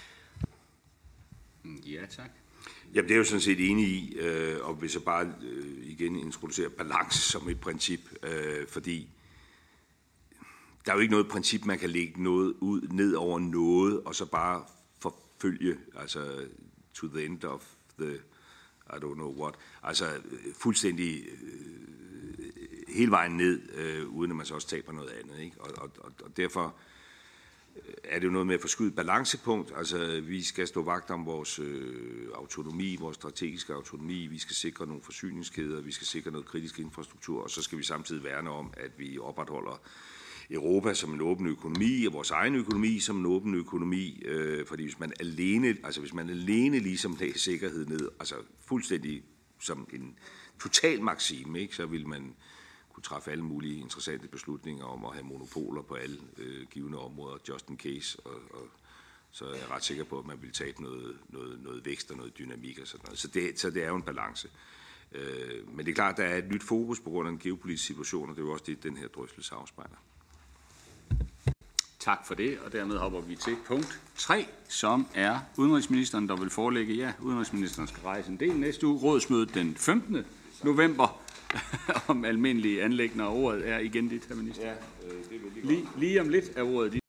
Ja, tak. Jamen, det er jo sådan set enig i, og hvis jeg bare igen introducerer balance som et princip, fordi der er jo ikke noget princip, man kan lægge noget ud ned over noget, og så bare forfølge, altså to the end of the I don't know what, altså fuldstændig hele vejen ned, uden at man så også taber noget andet, ikke? Og derfor er det jo noget med at forskyde balancepunkt, altså vi skal stå vagt om vores autonomi, vores strategiske autonomi, vi skal sikre nogle forsyningskæder, vi skal sikre noget kritisk infrastruktur, og så skal vi samtidig værne om, at vi opretholder Europa som en åben økonomi, og vores egen økonomi som en åben økonomi, fordi hvis man alene ligesom lagde sikkerhed ned, altså fuldstændig som en total maxime, ikke, så vil man kunne træffe alle mulige interessante beslutninger om at have monopoler på alle givne områder, just in case, og så er jeg ret sikker på, at man vil tabe noget vækst og noget dynamik og sådan noget. Så det er jo en balance. Men det er klart, at der er et nyt fokus på grund af den geopolitiske situation, og det er jo også det, den her drøftelse afspejler. Tak for det, og dermed hopper vi til punkt 3, som er udenrigsministeren, der vil forelægge. Ja, udenrigsministeren skal rejse en del næste uge. Rådsmødet den 15. november om almindelige anliggender, og ordet er igen dit, herr minister. Ja, det vil lige om lidt er ordet dit.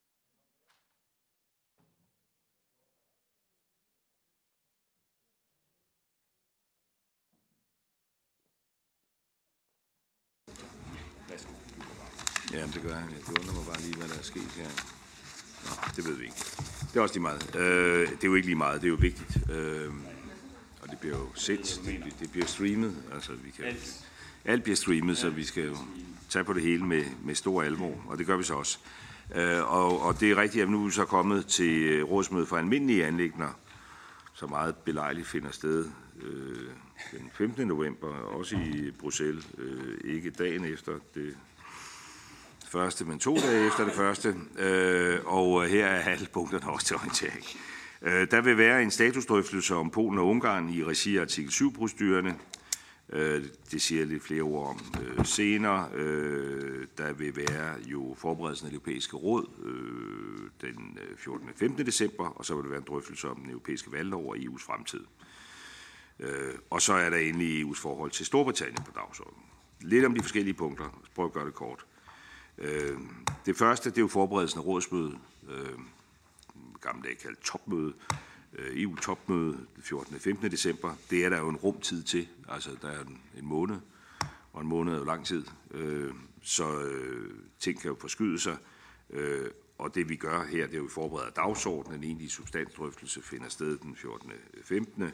Ja, det gør han. Det undrer mig bare lige, hvad der er sket her. Nå, det ved vi ikke. Det er også lige meget. Det er jo ikke lige meget, det er jo vigtigt. Og det bliver jo sendt, det bliver streamet. Altså, alt bliver streamet, så vi skal jo tage på det hele med stor alvor, og det gør vi så også. Og det er rigtigt, at nu er vi så kommet til rådsmødet for almindelige anliggender, så meget belejligt finder sted den 15. november, også i Bruxelles, ikke dagen efter det første, men 2 dage efter det første, og her er alle punkterne også til orientering. Der vil være en statusdrøftelse om Polen og Ungarn i regi af artikel 7-procedurerne, Det siger jeg lidt flere ord om senere. Der vil være jo forberedelsen af det europæiske råd den 14. og 15. december, og så vil der være en drøftelse om den europæiske valglov og EU's fremtid. Og så er der endelig EU's forhold til Storbritannien på dagsordenen. Lidt om de forskellige punkter. Prøv at gøre det kort. Det første, det er jo forberedelsen af rådsmødet, gamle dage kaldt topmøde, EU-topmøde den 14. og 15. december. Det er der jo en rumtid til, altså der er en måned, og en måned er jo lang tid, så ting kan jo forskyde sig, og det vi gør her, det er jo, vi forbereder dagsordenen. Den egentlige substansdrøftelse finder sted den 14. og 15.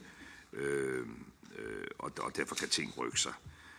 Og derfor kan ting rykke sig.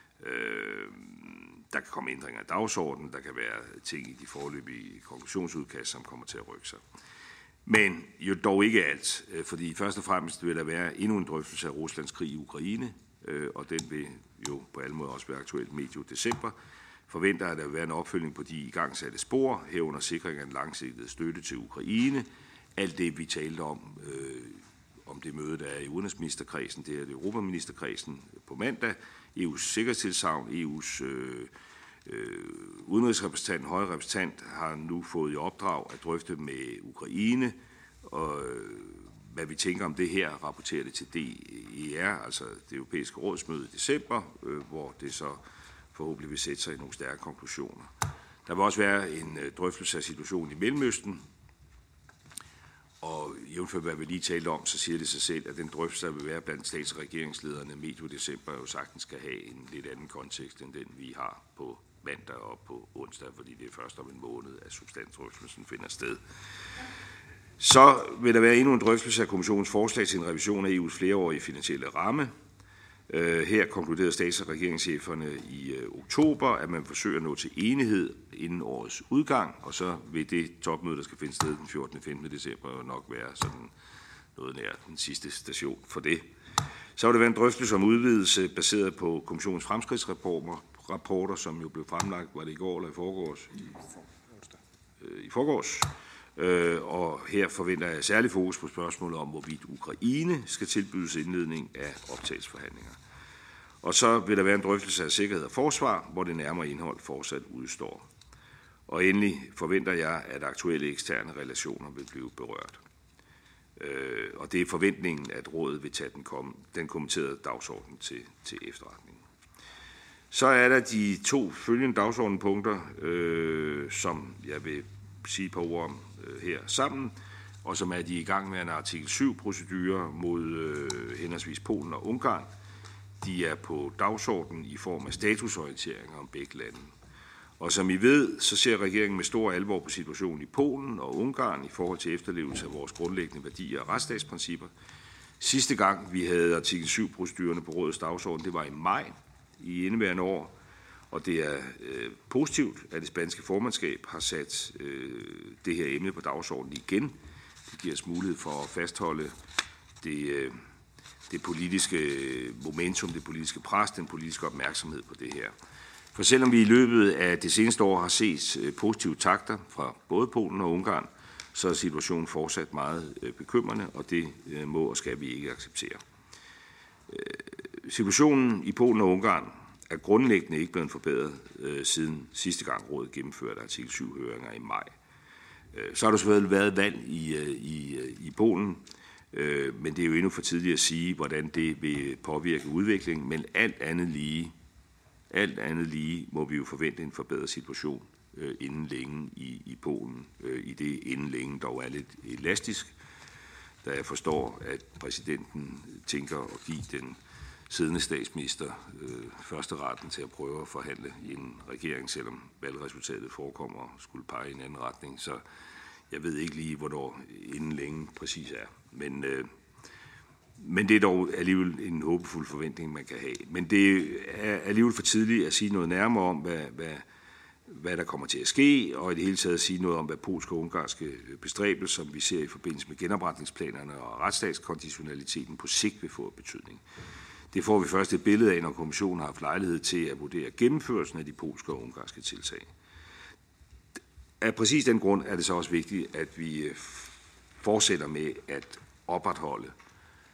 Der kan komme ændringer af dagsordenen, der kan være ting i de foreløbige konklusionsudkast, som kommer til at rykke sig. Men jo dog ikke alt, fordi først og fremmest vil der være endnu en drøftelse af Ruslands krig i Ukraine, og den vil jo på alle måder også være aktuelt medio december. Forventer, at der vil være en opfølgning på de igangsatte spor, herunder sikring af en langsigtet støtte til Ukraine. Alt det, vi talte om det møde, der er i udenrigsministerkredsen, det er det Europaministerkredsen på mandag, EU's sikkerhedstilsagn, EU's udenrigsrepræsentant, høje repræsentant, har nu fået i opdrag at drøfte med Ukraine, og hvad vi tænker om det her, rapporterer det til DER, altså det europæiske rådsmøde i december, hvor det så forhåbentlig vil sætte sig i nogle stærke konklusioner. Der vil også være en drøftelse af situationen i Mellemøsten, og jævnfør hvad vi lige talte om, så siger det sig selv, at den drøftelse, der vil være blandt stats- og regeringslederne medio december, jo sagtens skal have en lidt anden kontekst, end den vi har på mandag og på onsdag, fordi det er først om en måned, at substansdrøftelsen finder sted. Så vil der være endnu en drøftelse af kommissionens forslag til en revision af EU's flereårige finansielle ramme. Her konkluderede stats- og regeringscheferne i oktober, at man forsøger at nå til enighed inden årets udgang, og så vil det topmøde, der skal finde sted den 14. og 15. december, nok være sådan noget nær den sidste station for det. Så vil der være en drøftelse om udvidelse baseret på kommissionens fremskridtsrapporter, som jo blev fremlagt, var det i går eller i forgårs? I forgårs. Og her forventer jeg særlig fokus på spørgsmålet om, hvorvidt Ukraine skal tilbydes indledning af optagelsesforhandlinger. Og så vil der være en drøftelse af sikkerhed og forsvar, hvor det nærmere indhold fortsat udstår. Og endelig forventer jeg, at aktuelle eksterne relationer vil blive berørt. Og det er forventningen, at rådet vil tage den kommenterede dagsorden til efterretning. Så er der de to følgende dagsordenpunkter, som jeg vil sige et par ord om her sammen, og som er de i gang med en artikel 7-procedurer mod henholdsvis Polen og Ungarn. De er på dagsordenen i form af statusorienteringer om begge lande. Og som I ved, så ser regeringen med stor alvor på situationen i Polen og Ungarn i forhold til efterlevelse af vores grundlæggende værdier og retsstatsprincipper. Sidste gang vi havde artikel 7-procedurerne på rådets dagsorden, det var i maj i indeværende år, og det er positivt, at det spanske formandskab har sat det her emne på dagsordenen igen. Det giver os mulighed for at fastholde det politiske momentum, det politiske pres, den politiske opmærksomhed på det her. For selvom vi i løbet af det seneste år har set positive takter fra både Polen og Ungarn, så er situationen fortsat meget bekymrende, og det må og skal vi ikke acceptere. Situationen i Polen og Ungarn er grundlæggende ikke blevet forbedret siden sidste gang rådet gennemførte artikel 7-høringer i maj. Så har der selvfølgelig været valg i Polen, men det er jo endnu for tidligt at sige, hvordan det vil påvirke udviklingen, men alt andet lige må vi jo forvente en forbedret situation inden længe i Polen, i det inden længe dog er lidt elastisk, da jeg forstår, at præsidenten tænker at give den siddende statsminister første retten til at prøve at forhandle i en regering, selvom valgresultatet forekommer og skulle pege i en anden retning. Så jeg ved ikke lige, hvornår inden længe præcis er. Men det er dog alligevel en håbefuld forventning, man kan have. Men det er alligevel for tidligt at sige noget nærmere om, hvad der kommer til at ske, og i det hele taget at sige noget om, hvad polske og ungarske bestræbelser, som vi ser i forbindelse med genopretningsplanerne og retsstatskonditionaliteten, på sigt vil få betydning. Det får vi først et billede af, når kommissionen har haft lejlighed til at vurdere gennemførelsen af de polske og ungarske tiltag. Af præcis den grund er det så også vigtigt, at vi fortsætter med at opretholde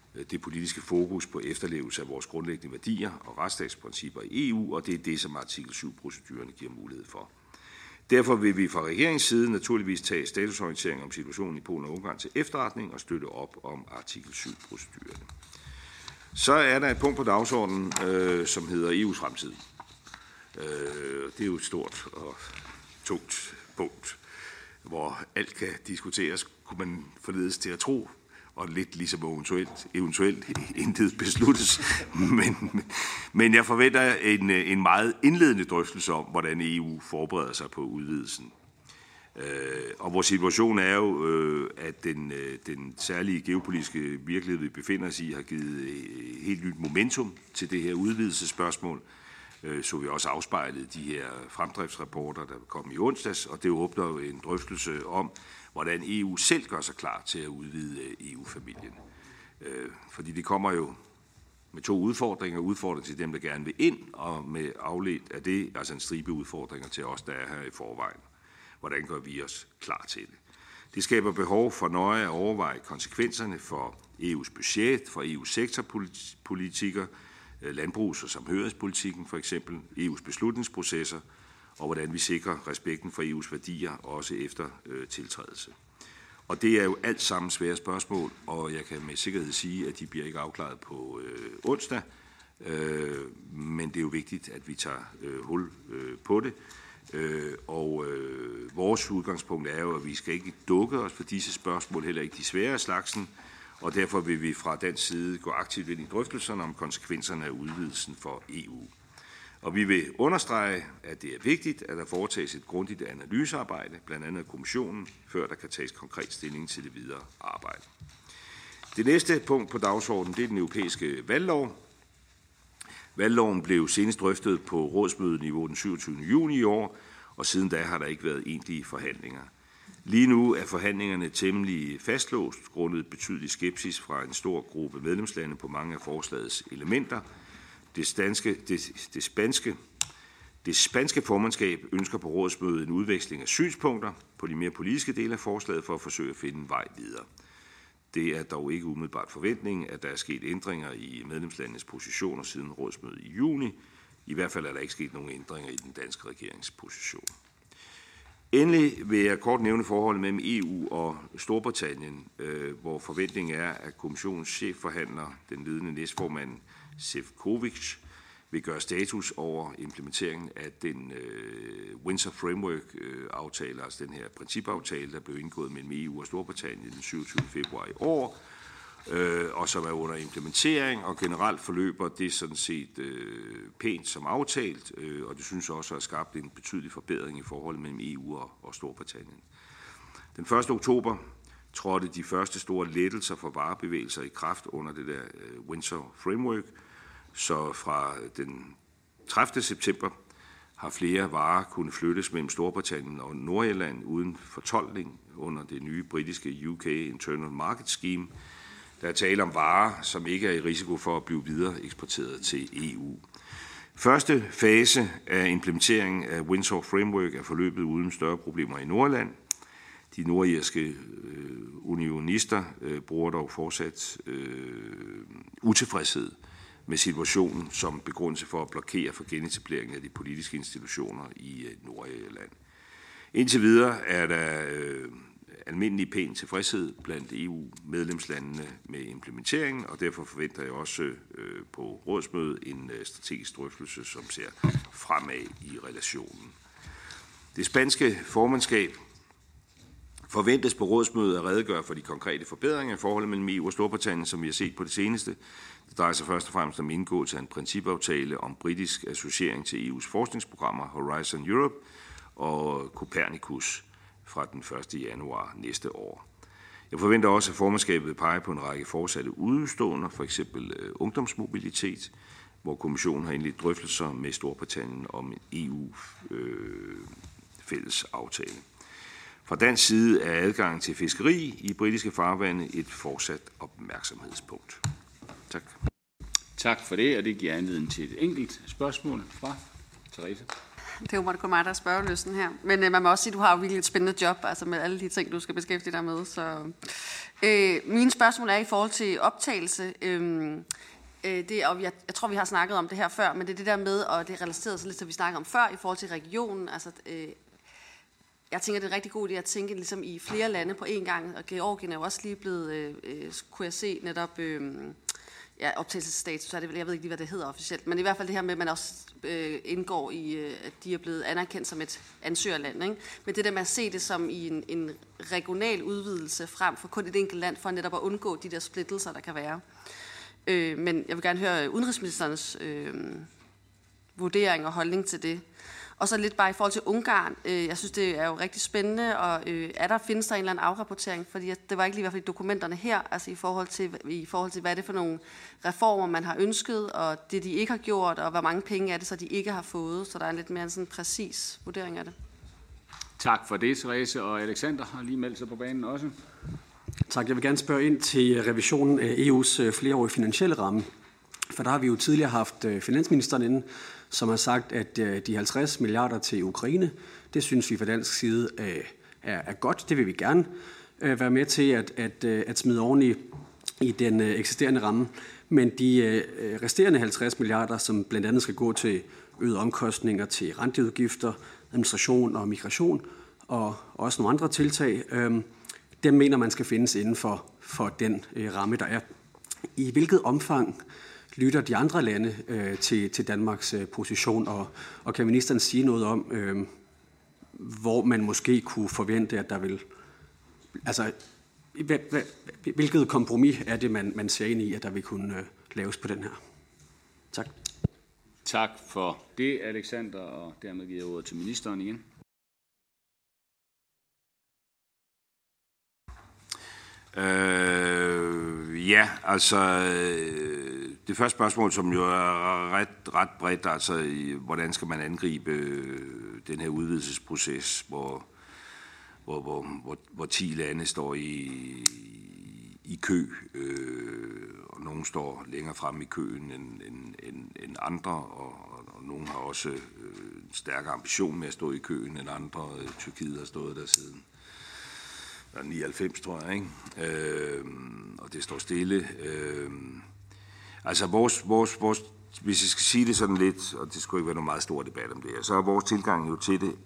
det politiske fokus på efterlevelse af vores grundlæggende værdier og retsstatsprincipper i EU, og det er det, som artikel 7-procedurerne giver mulighed for. Derfor vil vi fra regeringens side naturligvis tage statusorientering om situationen i Polen og Ungarn til efterretning og støtte op om artikel 7-procedurerne. Så er der et punkt på dagsordenen, som hedder EU's fremtid. Det er jo et stort og tungt punkt, hvor alt kan diskuteres, kunne man forledes til at tro, og lidt ligesom eventuelt intet besluttes. Men jeg forventer en meget indledende drøftelse om, hvordan EU forbereder sig på udvidelsen. Og vores situation er jo, at den særlige geopolitiske virkelighed, vi befinder os i, har givet helt nyt momentum til det her udvidelsesspørgsmål. Så vi også afspejlet de her fremdriftsrapporter, der kom i onsdags, og det åbner jo en drøftelse om, hvordan EU selv gør sig klar til at udvide EU-familien. Fordi det kommer jo med to udfordringer. Udfordringer til dem, der gerne vil ind, og med afledt af det, altså en stribe udfordringer til os, der er her i forvejen. Hvordan gør vi os klar til det? Det skaber behov for nøje at overveje konsekvenserne for EU's budget, for EU's sektorpolitikker, landbrugs- og samhørighedspolitikken for eksempel, EU's beslutningsprocesser, og hvordan vi sikrer respekten for EU's værdier, også efter tiltrædelse. Og det er jo alt sammen svære spørgsmål, og jeg kan med sikkerhed sige, at de bliver ikke afklaret på onsdag, men det er jo vigtigt, at vi tager hul på det. Vores udgangspunkt er jo, at vi skal ikke dukke os for disse spørgsmål, heller ikke de svære slagsen, og derfor vil vi fra dansk side gå aktivt ind i drøftelserne om konsekvenserne af udvidelsen for EU. Og vi vil understrege, at det er vigtigt, at der foretages et grundigt analysearbejde, blandt andet af kommissionen, før der kan tages konkret stilling til det videre arbejde. Det næste punkt på dagsordenen, det er den europæiske valglov. Valgloven blev senest drøftet på rådsmødeniveau den 27. juni i år, og siden da har der ikke været egentlige forhandlinger. Lige nu er forhandlingerne temmelig fastlåst, grundet betydelig skepsis fra en stor gruppe medlemslande på mange af forslagets elementer. Det spanske formandskab ønsker på rådsmødet en udveksling af synspunkter på de mere politiske dele af forslaget for at forsøge at finde en vej videre. Det er dog ikke umiddelbart forventningen, at der er sket ændringer i medlemslandenes positioner siden rådsmødet i juni. I hvert fald er der ikke sket nogen ændringer i den danske regerings position. Endelig vil jeg kort nævne forholdet mellem EU og Storbritannien, hvor forventningen er, at kommissionens chefforhandler, den ledende næstformand Šefčovič, vil gøre status over implementeringen af den Windsor Framework-aftale, altså den her principaftale, der blev indgået mellem EU og Storbritannien den 27. februar i år, og som er under implementering, og generelt forløber det sådan set pænt som aftalt, og det synes også at have skabt en betydelig forbedring i forholdet mellem EU og Storbritannien. Den 1. oktober trådte de første store lettelser for varebevægelser i kraft under det der Windsor Framework, så fra den 30. september har flere varer kunne flyttes mellem Storbritannien og Nordirland uden fortolkning under det nye britiske UK Internal Market Scheme. Der er tale om varer, som ikke er i risiko for at blive videre eksporteret til EU. Første fase af implementeringen af Windsor Framework er forløbet uden større problemer i Nordirland. De nordirske unionister bruger dog fortsat utilfredshed med situationen som begrundelse for at blokere for genetableringen af de politiske institutioner i Nordirland. Indtil videre er der almindelig pæn tilfredshed blandt EU-medlemslandene med implementeringen, og derfor forventer jeg også på rådsmødet en strategisk drøftelse, som ser fremad i relationen. Det spanske formandskab forventes på rådsmødet at redegøre for de konkrete forbedringer i forholdet mellem EU og Storbritannien, som vi har set på det seneste. Det drejer sig først og fremmest om indgåelse af en principaftale om britisk associering til EU's forskningsprogrammer Horizon Europe og Copernicus fra den 1. januar næste år. Jeg forventer også, at formandskabet vil pege på en række fortsatte udeståender, for eksempel ungdomsmobilitet, hvor kommissionen har indledt drøftelser med Storbritannien om en EU-fælles aftale. Fra dansk side er adgang til fiskeri i britiske farvande et fortsat opmærksomhedspunkt. Tak. Tak for det, og det giver anledning til et enkelt spørgsmål fra Therese. Det er jo kun mig, der er spørgeløsten her. Men man må også sige, at du har jo virkelig et spændende job, altså med alle de ting, du skal beskæftige dig med. Så mine spørgsmål er i forhold til optagelse. Jeg tror, vi har snakket om det her før, men det er det der med, og det relaterer sig lidt til, vi snakkede om før, i forhold til regionen. Altså, jeg tænker, det er en rigtig god idé at tænke ligesom i flere lande på én gang, og Georgien er jo også lige blevet, kunne jeg se netop, optagelsesstatus, jeg ved ikke lige, hvad det hedder officielt, men i hvert fald det her med, at man også indgår i, at de er blevet anerkendt som et ansøgerland. Ikke? Men det der med at se det som i en regional udvidelse frem for kun et enkelt land, for netop at undgå de der splittelser, der kan være. Men jeg vil gerne høre udenrigsministerens vurdering og holdning til det. Og så lidt bare i forhold til Ungarn. Jeg synes, det er jo rigtig spændende, og findes der en eller anden afrapportering? Fordi det var ikke lige i hvert fald i dokumenterne her, altså i forhold til, hvad er det for nogle reformer, man har ønsket, og det, de ikke har gjort, og hvor mange penge er det, så de ikke har fået. Så der er en lidt mere sådan præcis vurdering af det. Tak for det, Therese. Og Alexander har lige meldt sig på banen også. Tak. Jeg vil gerne spørge ind til revisionen af EU's flereårige finansielle ramme. For der har vi jo tidligere haft finansministeren inde, som har sagt, at de 50 milliarder til Ukraine, det synes vi fra dansk side er godt. Det vil vi gerne være med til at smide oven i den eksisterende ramme. Men de resterende 50 milliarder, som blandt andet skal gå til øgede omkostninger til renteudgifter, administration og migration, og også nogle andre tiltag, dem mener man skal findes inden for den ramme, der er. I hvilket omfang lytter de andre lande til Danmarks position, og kan ministeren sige noget om, hvor man måske kunne forvente, at der vil... Altså, hvilket kompromis er det, man ser ind i, at der vil kunne laves på den her? Tak. Tak for det, Alexander, og dermed giver jeg ordet til ministeren igen. Det første spørgsmål, som jo er ret bredt, altså hvordan skal man angribe den her udvidelsesproces, hvor 10 lande står i kø, og nogle står længere frem i køen end andre, og nogle har også en stærkere ambition med at stå i køen end andre. Tyrkiet har stået der siden 99, tror jeg, ikke? Og det står stille. Altså vores, hvis jeg skal sige det sådan lidt, og det skulle ikke være nogen meget stor debat om det, så er vores tilgang jo til det,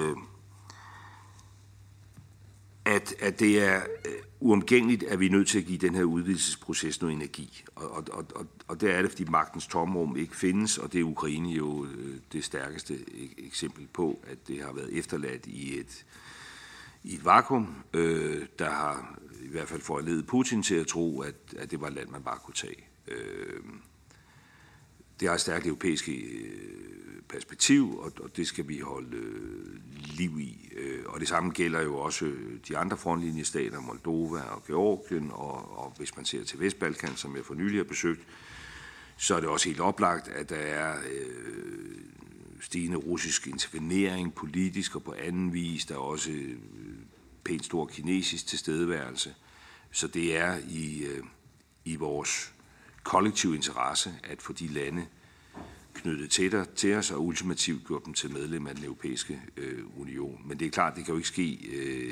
at det er uomgængeligt, at vi er nødt til at give den her udvidelsesproces noget energi. Og det er det, fordi magtens tomrum ikke findes, og det er Ukraine jo det stærkeste eksempel på, at det har været efterladt i et vakuum, der har i hvert fald foranlediget Putin til at tro, at det var et land, man bare kunne tage. Det har et stærkt europæisk perspektiv, og det skal vi holde liv i. Og det samme gælder jo også de andre frontlinjestater, Moldova og Georgien, og hvis man ser til Vestbalkan, som jeg for nylig har besøgt, så er det også helt oplagt, at der er stigende russisk intervenering, politisk og på anden vis. Der er også pænt stor kinesisk tilstedeværelse. Så det er i vores kollektiv interesse at få de lande knyttet tættere til os og ultimativt gjort dem til medlem af den europæiske union. Men det er klart, det kan jo ikke ske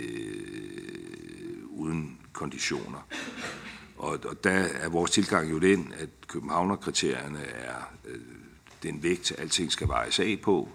uden konditioner. Og der er vores tilgang jo den, at Københavnerkriterierne er den vægt, alting skal vejes af på.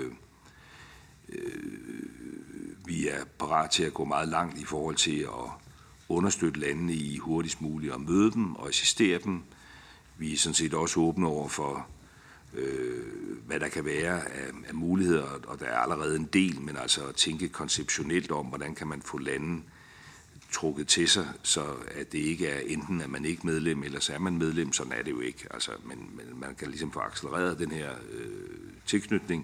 Vi er parat til at gå meget langt i forhold til at understøtte landene i hurtigst muligt at møde dem og assistere dem. Vi er sådan set også åbne over for, hvad der kan være af muligheder, og der er allerede en del, men altså at tænke konceptionelt om, hvordan kan man få lande trukket til sig, så at det ikke er enten, at man ikke er medlem, eller så er man medlem, sådan er det jo ikke. Altså, men man kan ligesom få accelereret den her tilknytning.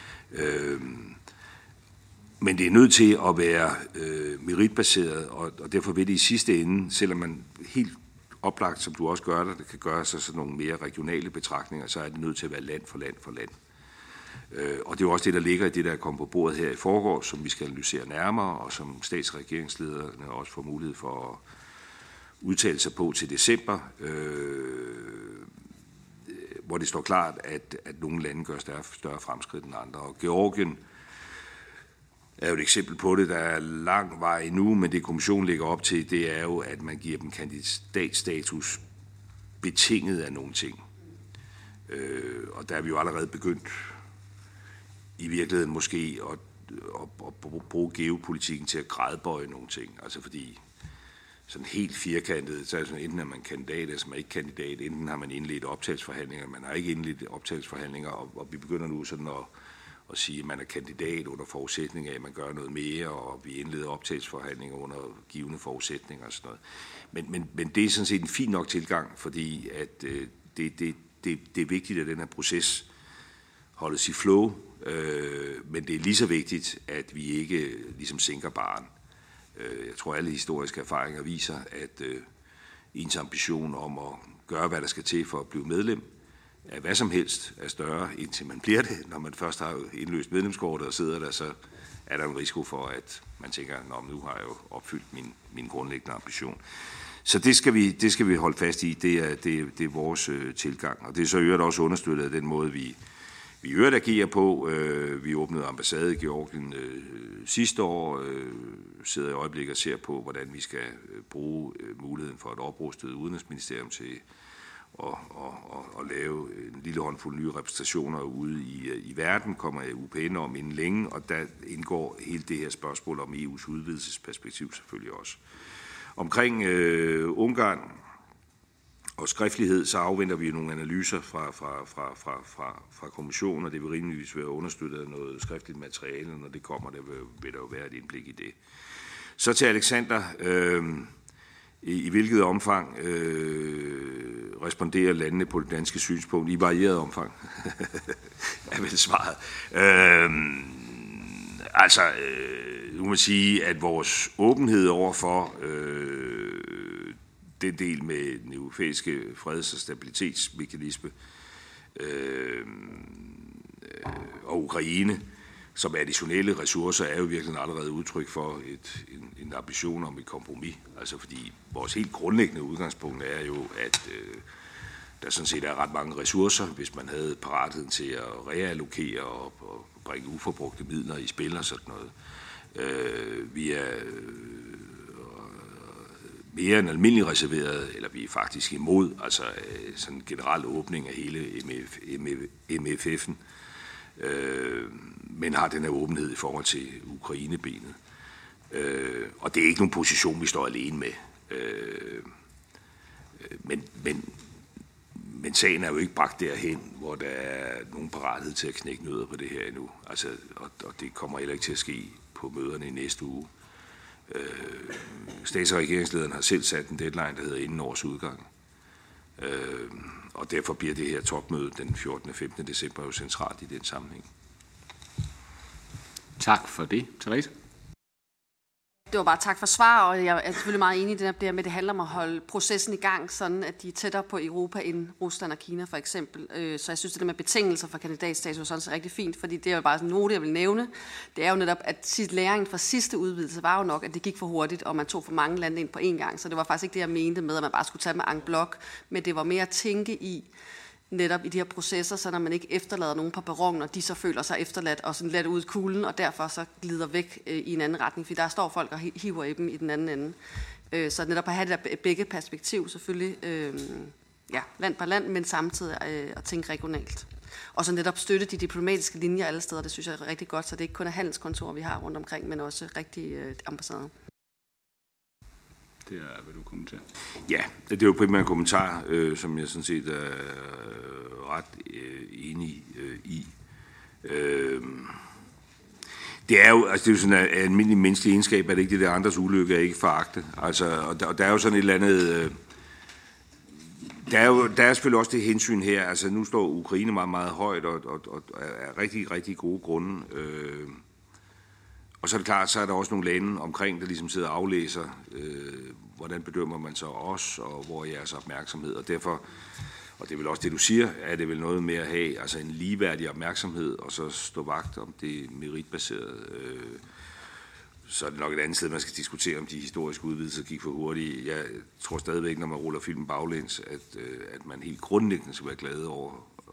Men det er nødt til at være meritbaseret, og derfor vil det i sidste ende, selvom man helt oplagt, som du også gør det kan gøre sig sådan nogle mere regionale betragtninger, så er det nødt til at være land for land for land. Og det er jo også det, der ligger i det, der er kommet på bordet her i forgårs, som vi skal analysere nærmere, og som stats- og regeringslederne også får mulighed for at udtale sig på til december, hvor det står klart, at nogle lande gør større fremskridt end andre. Og Georgien er jo et eksempel på det. Der er lang vej endnu, men det kommissionen lægger op til, det er jo, at man giver dem kandidatstatus betinget af nogle ting. Og der er vi jo allerede begyndt i virkeligheden måske at bruge geopolitikken til at gradbøje nogle ting. Altså fordi sådan helt firkantet, så er det sådan, enten er man kandidat, eller man ikke kandidat, enten har man indledt optagelsesforhandlinger, man har ikke indledt optagelsesforhandlinger, og vi begynder nu sådan at sige, at man er kandidat under forudsætning af, at man gør noget mere, og vi indleder optagelsesforhandlinger under givende forudsætninger og sådan noget. Men det er sådan set en fin nok tilgang, fordi at det er vigtigt, at den her proces holdes i flow, men det er lige så vigtigt, at vi ikke ligesom sænker barren. Jeg tror, alle historiske erfaringer viser, at ens ambition om at gøre, hvad der skal til for at blive medlem, af hvad som helst er større, indtil man bliver det. Når man først har indløst medlemskortet og sidder der, så er der en risiko for, at man tænker, nu har jeg jo opfyldt min grundlæggende ambition. Så det skal vi holde fast i. Det er vores tilgang. Og det er så øvrigt også understøttet af den måde, vi øvrigt agerer på. Vi åbnede ambassade i Georgien sidste år, sidder i øjeblikket og ser på, hvordan vi skal bruge muligheden for et oprustet udenrigsministerium til at lave en lille håndfuld nye repræsentationer ude i verden, kommer UPN om inden længe, og der indgår hele det her spørgsmål om EU's udvidelsesperspektiv selvfølgelig også. Omkring Ungarn og skriftlighed, så afventer vi nogle analyser fra kommissionen, og det vil rimeligvis være understøttet af noget skriftligt materiale. Når det kommer, vil der jo være et indblik i det. Så til Alexander. I hvilket omfang responderer landene på det danske synspunkt? I varieret omfang, er vel svaret. Nu må man sige, at vores åbenhed overfor den del med den europæiske freds- og stabilitetsmekanisme og Ukraine som additionelle ressourcer er jo virkelig allerede udtryk for en ambition om et kompromis. Altså fordi vores helt grundlæggende udgangspunkt er jo, at der sådan set er ret mange ressourcer, hvis man havde paratheden til at reallokere og bringe uforbrugte midler i spil og sådan noget. Vi er mere end almindeligt reserveret, eller vi er faktisk imod, altså sådan en generel åbning af hele MFF'en, men har den her åbenhed i forhold til Ukraine-benet. Og det er ikke nogen position, vi står alene med. Men sagen er jo ikke bragt derhen, hvor der er nogen parathed til at knække nødder på det her endnu. Altså, og det kommer heller ikke til at ske på møderne i næste uge. Stats- og regeringslederen har selv sat en deadline, der hedder inden års udgang. Og derfor bliver det her topmøde den 14. og 15. december jo centralt i den sammenhæng. Tak for det. Therese? Det var bare tak for svar, og jeg er selvfølgelig meget enig i det der med, at det handler om at holde processen i gang, sådan at de er tættere på Europa end Rusland og Kina for eksempel. Så jeg synes, det der med betingelser for kandidatstatus er sådan så rigtig fint, fordi det er jo bare sådan noget, jeg vil nævne. Det er jo netop, at læringen fra sidste udvidelse var jo nok, at det gik for hurtigt, og man tog for mange lande ind på én gang. Så det var faktisk ikke det, jeg mente med, at man bare skulle tage med en blok, men det var mere at tænke i, netop i de her processer, så når man ikke efterlader nogen på perronen, og de så føler sig efterladt og sådan let ud i kuglen, og derfor så glider væk i en anden retning, fordi der står folk og hiver i dem i den anden ende. Så netop at have det der begge perspektiv selvfølgelig, land på land, men samtidig at tænke regionalt. Og så netop støtte de diplomatiske linjer alle steder, det synes jeg er rigtig godt, så det ikke kun er handelskontorer, vi har rundt omkring, men også rigtige ambassader. Det er, hvad du kommenterer. Ja, det er jo primært en kommentar, som jeg sådan set er ret enig i. Det er jo sådan en almindelig menneskelig egenskab, at det ikke det der andres ulykke er ikke foragte. Altså, og der er jo sådan et eller andet. Der er selvfølgelig også det hensyn her. Altså nu står Ukraine meget, meget højt og er rigtig, rigtig gode grunde. Og så er det klart, så er der også nogle lande omkring, der ligesom sidder og aflæser, hvordan bedømmer man så os, og hvor er jeres opmærksomhed. Og derfor, og det er vel også det, du siger, er det vel noget med at have altså en ligeværdig opmærksomhed, og så stå vagt om det meritbaserede. Så er det nok et andet sted, man skal diskutere, om de historiske udvidelser gik for hurtigt. Jeg tror stadigvæk, når man ruller filmen baglæns, at man helt grundlæggende skal være glad over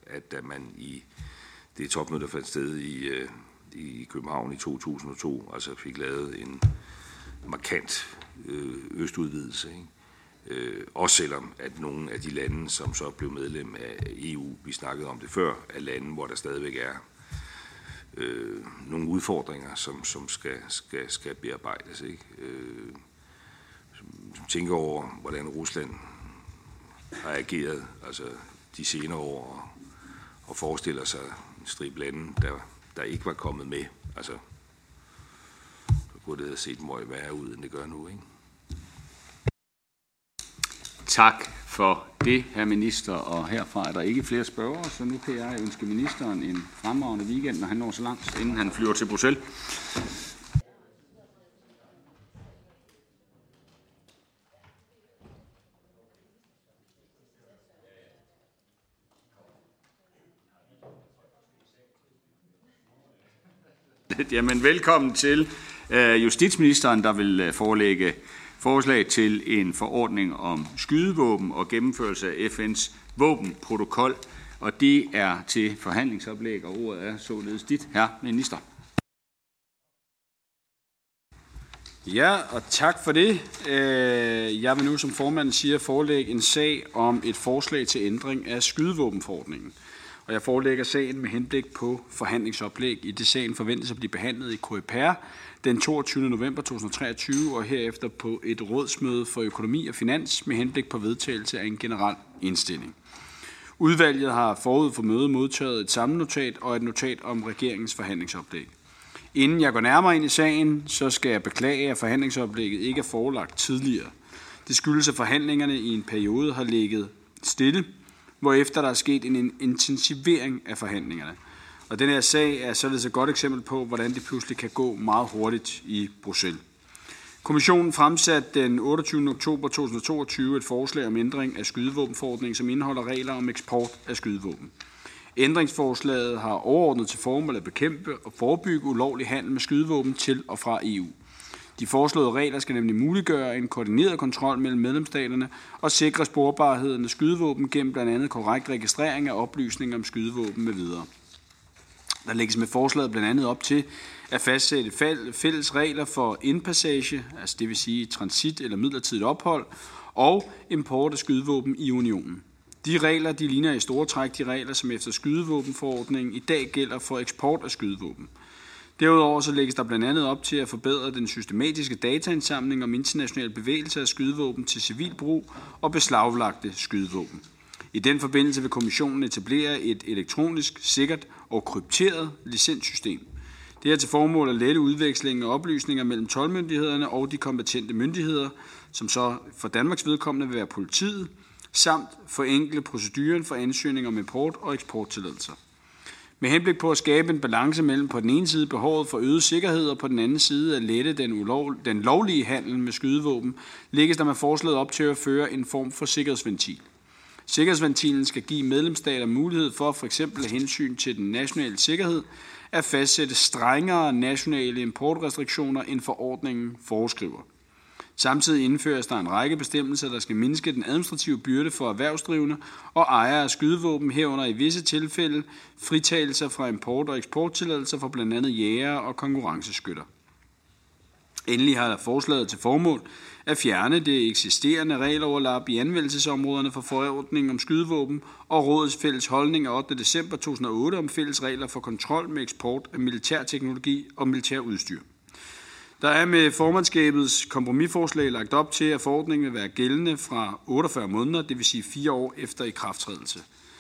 at da man i det topmøde, der fandt sted i København i 2002, altså fik lavet en markant østudvidelse, ikke? Også selvom at nogle af de lande, som så blev medlem af EU, vi snakkede om det før, er lande, hvor der stadigvæk er nogle udfordringer, som skal bearbejdes, ikke? Som tænker over, hvordan Rusland har ageret altså de senere år, og forestiller sig en stribe lande, der ikke var kommet med. Altså, så kunne det have set meget værre ud, end det gør nu, ikke? Tak for det, hr. minister, og herfra er der ikke flere spørgere, så nu kan jeg ønske ministeren en fremragende weekend, når han når så langt, inden han flyver til Bruxelles. Jamen, velkommen til justitsministeren, der vil forelægge forslag til en forordning om skydevåben og gennemførelse af FN's våbenprotokol, og det er til forhandlingsoplæg, og ordet er således dit, hr. minister. Ja, og tak for det. Jeg vil nu, som formanden siger, forelægge en sag om et forslag til ændring af skydevåbenforordningen. Og jeg forelægger sagen med henblik på forhandlingsoplæg, i det sagen forventes at blive behandlet i KEPR den 22. november 2023, og herefter på et rådsmøde for økonomi og finans med henblik på vedtagelse af en generel indstilling. Udvalget har forud for mødet modtaget et sammennotat og et notat om regeringens forhandlingsoplæg. Inden jeg går nærmere ind i sagen, så skal jeg beklage, at forhandlingsoplægget ikke er forelagt tidligere. Det skyldes, at forhandlingerne i en periode har ligget stille, hvorefter der er sket en intensivering af forhandlingerne. Og den her sag er således et godt eksempel på, hvordan det pludselig kan gå meget hurtigt i Bruxelles. Kommissionen fremsatte den 28. oktober 2022 et forslag om ændring af skydevåbenforordningen, som indeholder regler om eksport af skydevåben. Ændringsforslaget har overordnet til formål at bekæmpe og forebygge ulovlig handel med skydevåben til og fra EU. De foreslåede regler skal nemlig muliggøre en koordineret kontrol mellem medlemsstaterne og sikre sporbarheden af skydevåben gennem blandt andet korrekt registrering af oplysninger om skydevåben med videre. Der lægges med forslaget blandt andet op til at fastsætte fælles regler for indpassage, altså det vil sige transit eller midlertidigt ophold, og import af skydevåben i unionen. De regler ligner i store træk de regler, som efter skydevåbenforordningen i dag gælder for eksport af skydevåben. Derudover så lægges der blandt andet op til at forbedre den systematiske dataindsamling om international bevægelse af skydevåben til civil brug og beslaglagte skydevåben. I den forbindelse vil kommissionen etablere et elektronisk, sikkert og krypteret licenssystem. Det er til formål at lette udvekslingen af oplysninger mellem toldmyndighederne og de kompetente myndigheder, som så for Danmarks vedkommende vil være politiet, samt forenkle proceduren for ansøgning om import og eksporttilladelser. Med henblik på at skabe en balance mellem på den ene side behovet for øget sikkerhed og på den anden side at lette den lovlige handel med skydevåben, lægges der med forslaget op til at føre en form for sikkerhedsventil. Sikkerhedsventilen skal give medlemsstater mulighed for f.eks. af hensyn til den nationale sikkerhed at fastsætte strengere nationale importrestriktioner end forordningen foreskriver. Samtidig indføres der en række bestemmelser, der skal mindske den administrative byrde for erhvervsdrivende og ejere af skydevåben, herunder i visse tilfælde fritagelser fra import- og eksporttilladelser for blandt andet jægere og konkurrenceskytter. Endelig har der forslaget til formål at fjerne det eksisterende regeloverlap i anvendelsesområderne for forordningen om skydevåben og rådets fælles holdning af 8. december 2008 om fælles regler for kontrol med eksport af militærteknologi og militærudstyr. Der er med formandskabets kompromisforslag lagt op til, at forordningen vil være gældende fra 48 måneder, det vil sige 4 år efter ikrafttrædelse.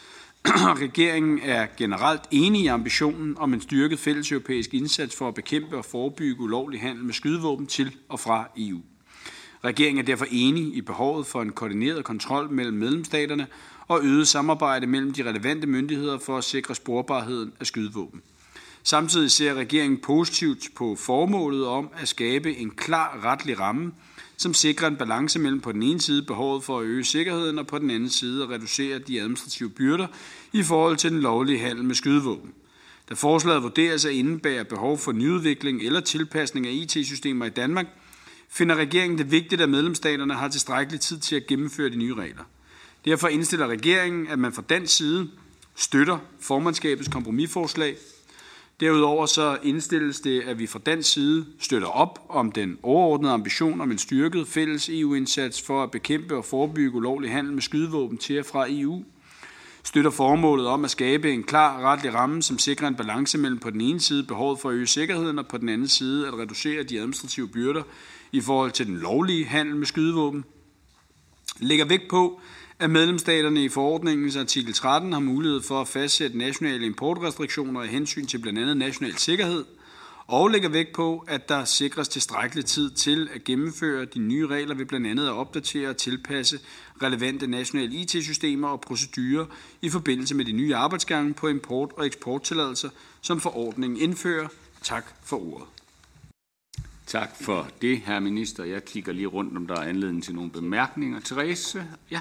Regeringen er generelt enig i ambitionen om en styrket fælleseuropæisk indsats for at bekæmpe og forebygge ulovlig handel med skydevåben til og fra EU. Regeringen er derfor enig i behovet for en koordineret kontrol mellem medlemsstaterne og øget samarbejde mellem de relevante myndigheder for at sikre sporbarheden af skydevåben. Samtidig ser regeringen positivt på formålet om at skabe en klar retlig ramme, som sikrer en balance mellem på den ene side behovet for at øge sikkerheden og på den anden side at reducere de administrative byrder i forhold til den lovlige handel med skydevåben. Da forslaget vurderes at indebære behov for nyudvikling eller tilpasning af IT-systemer i Danmark, finder regeringen det vigtigt, at medlemsstaterne har tilstrækkelig tid til at gennemføre de nye regler. Derfor indstiller regeringen, at man fra dansk side støtter formandskabets kompromisforslag. Derudover så indstilles det, at vi fra dansk side støtter op om den overordnede ambition om en styrket fælles EU-indsats for at bekæmpe og forebygge ulovlig handel med skydevåben til og fra EU. Støtter formålet om at skabe en klar retlig ramme, som sikrer en balance mellem på den ene side behovet for at øge sikkerheden og på den anden side at reducere de administrative byrder i forhold til den lovlige handel med skydevåben. Lægger vægt på, at medlemsstaterne i forordningens artikel 13 har mulighed for at fastsætte nationale importrestriktioner af hensyn til blandt andet national sikkerhed, og lægger vægt på, at der sikres tilstrækkelig tid til at gennemføre de nye regler ved blandt andet at opdatere og tilpasse relevante nationale IT-systemer og procedurer i forbindelse med de nye arbejdsgange på import- og eksporttilladelser, som forordningen indfører. Tak for ordet. Tak for det, herre minister. Jeg kigger lige rundt, om der er anledning til nogle bemærkninger. Therese? Ja.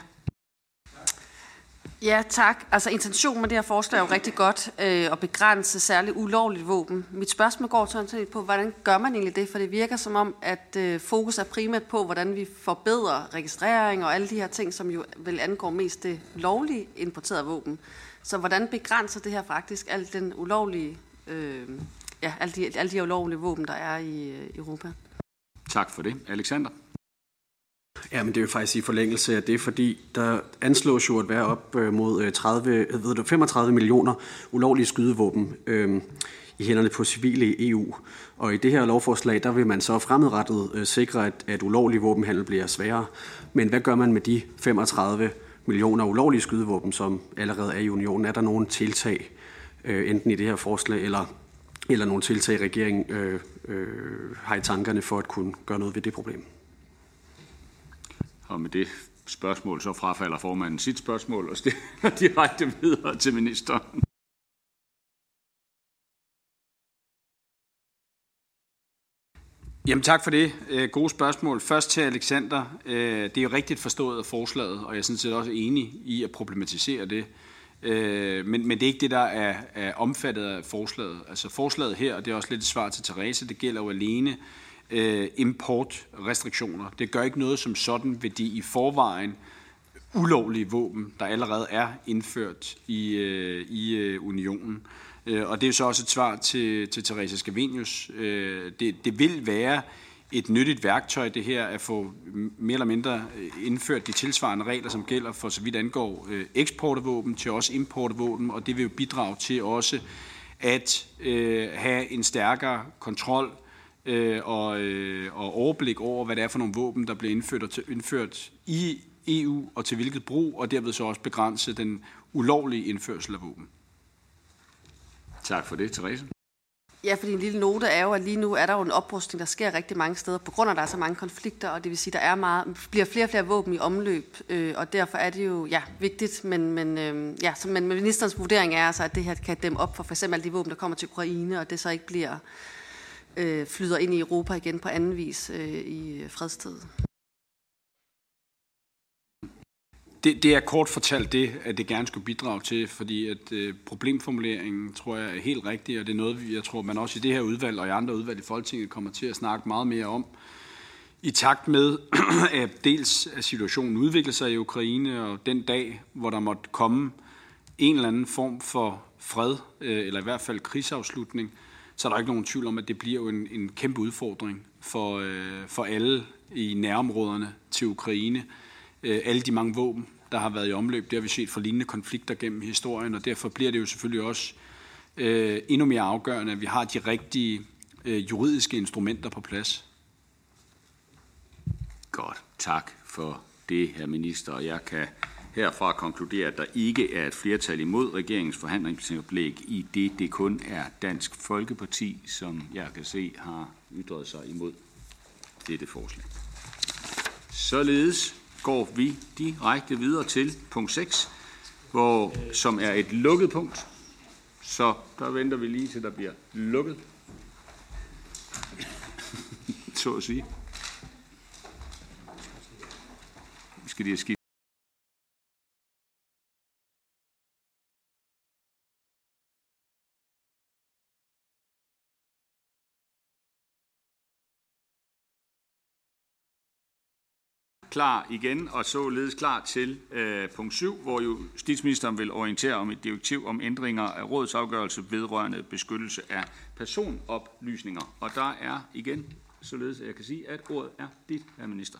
Ja, tak. Altså intentionen med det her forslag er jo rigtig godt at begrænse særligt ulovligt våben. Mit spørgsmål går sådan set på, hvordan gør man egentlig det? For det virker som om, at fokus er primært på, hvordan vi forbedrer registrering og alle de her ting, som jo vel angår mest det lovlige importerede våben. Så hvordan begrænser det her faktisk alt den ulovlige, alle de ulovlige våben, der er i Europa? Tak for det. Alexander? Ja, men det er jo faktisk i forlængelse af det, fordi der anslås jo at være op mod 35 millioner ulovlige skydevåben i hænderne på civile i EU. Og i det her lovforslag, der vil man så fremadrettet sikre, at ulovlig våbenhandel bliver sværere. Men hvad gør man med de 35 millioner ulovlige skydevåben, som allerede er i unionen? Er der nogle tiltag, enten i det her forslag eller nogle tiltag, regeringen har i tankerne for at kunne gøre noget ved det problem? Og med det spørgsmål, så frafalder formanden sit spørgsmål og stiller direkte videre til ministeren. Jamen tak for det. Gode spørgsmål. Først til Alexander. Det er jo rigtigt forstået af forslaget, og jeg er sådan set også enig i at problematisere det. Men det er ikke det, der er omfattet af forslaget. Altså forslaget her, og det er også lidt et svar til Therese, det gælder jo alene importrestriktioner. Det gør ikke noget som sådan ved de i forvejen ulovlige våben, der allerede er indført i unionen. Og det er så også et svar til Therese Scavenius. Det vil være et nyttigt værktøj, det her, at få mere eller mindre indført de tilsvarende regler, som gælder for så vidt angår eksportvåben til også importvåben, og det vil jo bidrage til også at have en stærkere kontrol og overblik over, hvad det er for nogle våben, der bliver indført i EU og til hvilket brug, og derved så også begrænse den ulovlige indførsel af våben. Tak for det, Therese. Ja, fordi en lille note er jo, at lige nu er der jo en oprustning, der sker rigtig mange steder, på grund af, at der er så mange konflikter, og det vil sige, at der bliver flere og flere våben i omløb, og derfor er det jo vigtigt, men ministerens vurdering er altså, at det her kan dæmme op for f.eks. alle de våben, der kommer til Ukraine, og det så ikke bliver flyder ind i Europa igen på anden vis i fredstid. Det er kort fortalt det, at det gerne skulle bidrage til, fordi at problemformuleringen, tror jeg, er helt rigtig, og det er noget, jeg tror, man også i det her udvalg og i andre udvalg i Folketinget kommer til at snakke meget mere om. I takt med, at dels at situationen udvikler sig i Ukraine, og den dag, hvor der måtte komme en eller anden form for fred, eller i hvert fald krigsafslutning, så er der ikke nogen tvivl om, at det bliver jo en kæmpe udfordring for alle i nærområderne til Ukraine. Alle de mange våben, der har været i omløb, det har vi set for lignende konflikter gennem historien, og derfor bliver det jo selvfølgelig også endnu mere afgørende, at vi har de rigtige juridiske instrumenter på plads. Godt. Tak for det, herr minister. Og jeg kan herfra konkludere, at der ikke er et flertal imod regeringens forhandlingsoplæg, i det kun er Dansk Folkeparti, som jeg kan se har ytret sig imod dette forslag. Således går vi direkte videre til punkt 6, som er et lukket punkt. Så der venter vi lige til, der bliver lukket. Så at sige. Vi skal lige skifte. klar igen, og således klar til punkt 7, hvor justitsministeren vil orientere om et direktiv om ændringer af rådsafgørelse vedrørende beskyttelse af personoplysninger. Og der er igen, således jeg kan sige, at ordet er dit, herr minister.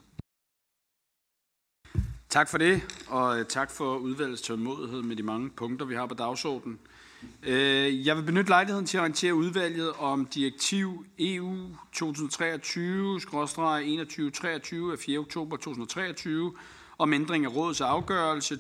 Tak for det, og tak for udvalgets tålmodighed med de mange punkter, vi har på dagsordenen. Jeg vil benytte lejligheden til at orientere udvalget om direktiv EU 2023/2123 af 4. oktober 2023 om ændring af rådets afgørelse 2005-671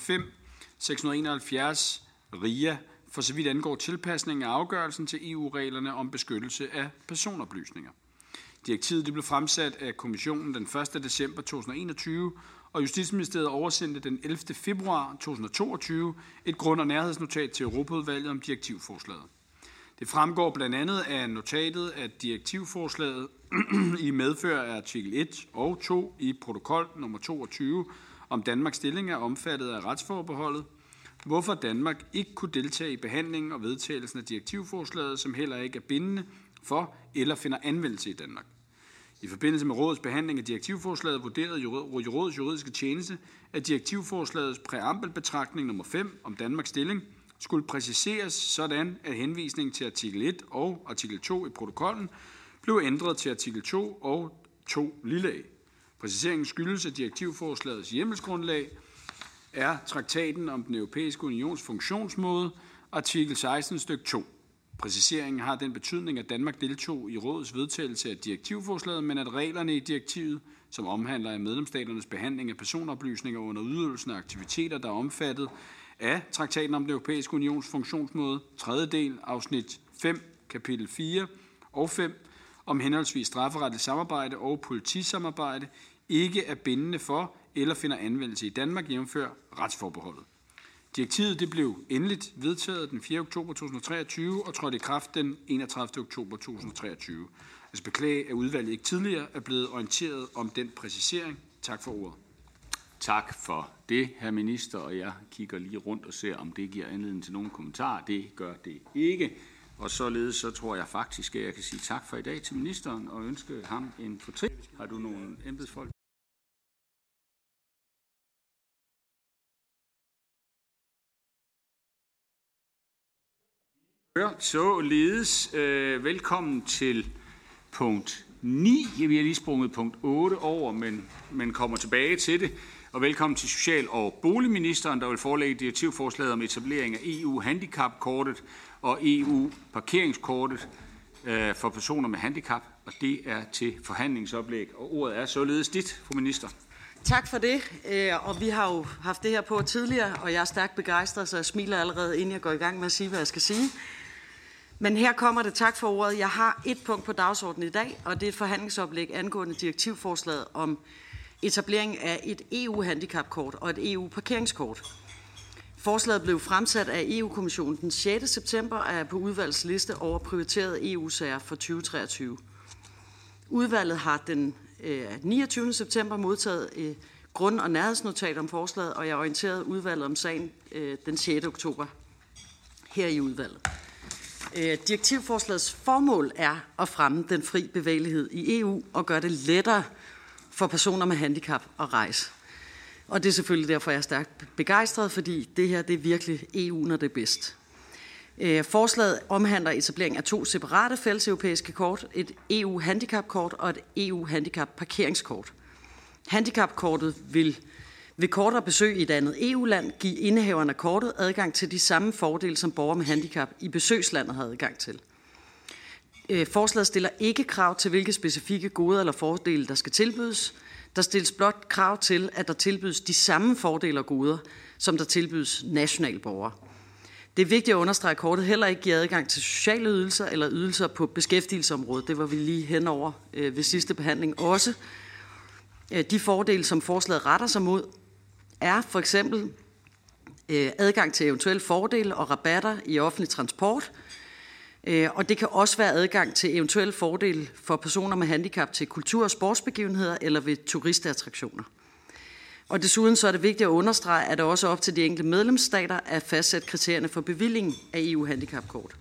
RIA, for så vidt angår tilpasning af afgørelsen til EU-reglerne om beskyttelse af personoplysninger. Direktivet blev fremsat af kommissionen den 1. december 2021, og Justitsministeriet oversendte den 11. februar 2022 et grund- og nærhedsnotat til Europaudvalget om direktivforslaget. Det fremgår blandt andet af notatet, at direktivforslaget i medfør af artikel 1 og 2 i protokol nummer 22 om Danmarks stilling er omfattet af retsforbeholdet, hvorfor Danmark ikke kunne deltage i behandlingen og vedtagelsen af direktivforslaget, som heller ikke er bindende for eller finder anvendelse i Danmark. I forbindelse med rådets behandling af direktivforslaget vurderede rådets juridiske tjeneste, at direktivforslagets præambelbetragtning nummer 5 om Danmarks stilling skulle præciseres sådan, at henvisningen til artikel 1 og artikel 2 i protokollen blev ændret til artikel 2 og 2 lille a. Præciseringen skyldes, at direktivforslagets hjemmelsgrundlag er traktaten om den europæiske unions funktionsmåde, artikel 16 stykke 2. Præciseringen har den betydning, at Danmark deltog i rådets vedtagelse af direktivforslaget, men at reglerne i direktivet, som omhandler af medlemsstaternes behandling af personoplysninger under udøvelsen af aktiviteter, der er omfattet af traktaten om den europæiske unions funktionsmåde, 3. del, afsnit 5, kapitel 4 og 5, om henholdsvis strafferetligt samarbejde og politisamarbejde, ikke er bindende for eller finder anvendelse i Danmark, jævnfør retsforbeholdet. Direktivet blev endeligt vedtaget den 4. oktober 2023 og trådte i kraft den 31. oktober 2023. Jeg skal beklage, at udvalget ikke tidligere er blevet orienteret om den præcisering. Tak for ordet. Tak for det, herr minister, og jeg kigger lige rundt og ser, om det giver anledning til nogle kommentarer. Det gør det ikke. Og således så tror jeg faktisk, at jeg kan sige tak for i dag til ministeren og ønske ham en fortrinlig. Har du nogle embedsfolk? Således velkommen til punkt 9. Vi har lige sprunget punkt 8 over, men kommer tilbage til det. Og velkommen til Social- og Boligministeren, der vil forelægge direktivforslaget om etablering af EU-handicapkortet og EU-parkeringskortet for personer med handicap. Og det er til forhandlingsoplæg, og ordet er således dit, fru minister. Tak for det, og vi har jo haft det her på tidligere, og jeg er stærkt begejstret, så jeg smiler allerede, inden jeg går i gang med at sige, hvad jeg skal sige. Men her kommer det, tak for ordet. Jeg har et punkt på dagsordenen i dag, og det er et forhandlingsoplæg angående direktivforslaget om etablering af et EU-handicapkort og et EU-parkeringskort. Forslaget blev fremsat af EU-kommissionen den 6. september og er på udvalgets liste over prioriterede EU-sager for 2023. Udvalget har den 29. september modtaget et grund- og nærhedsnotat om forslaget, og jeg orienterede udvalget om sagen den 6. oktober her i udvalget. Direktivforslagets formål er at fremme den fri bevægelighed i EU og gøre det lettere for personer med handicap at rejse. Og det er selvfølgelig derfor, jeg er stærkt begejstret, fordi det her det er virkelig EU, når det er bedst. Forslaget omhandler etablering af 2 separate fælleseuropæiske kort, et EU-handicapkort og et EU-handicap-parkeringskort. Handicapkortet vil ved kortere besøg i et andet EU-land give indehaveren af kortet adgang til de samme fordele, som borgere med handicap i besøgslandet har adgang til. Forslaget stiller ikke krav til, hvilke specifikke goder eller fordele, der skal tilbydes. Der stilles blot krav til, at der tilbydes de samme fordele og goder, som der tilbydes nationale borgere. Det er vigtigt at understrege, at kortet heller ikke giver adgang til sociale ydelser eller ydelser på beskæftigelsesområdet. Det var vi lige henover ved sidste behandling også. De fordele, som forslaget retter sig mod, er for eksempel adgang til eventuelle fordele og rabatter i offentlig transport, og det kan også være adgang til eventuelle fordele for personer med handicap til kultur- og sportsbegivenheder eller ved turistattraktioner. Og desuden så er det vigtigt at understrege, at det også er op til de enkelte medlemsstater at fastsætte kriterierne for bevillingen af EU-handicapkort.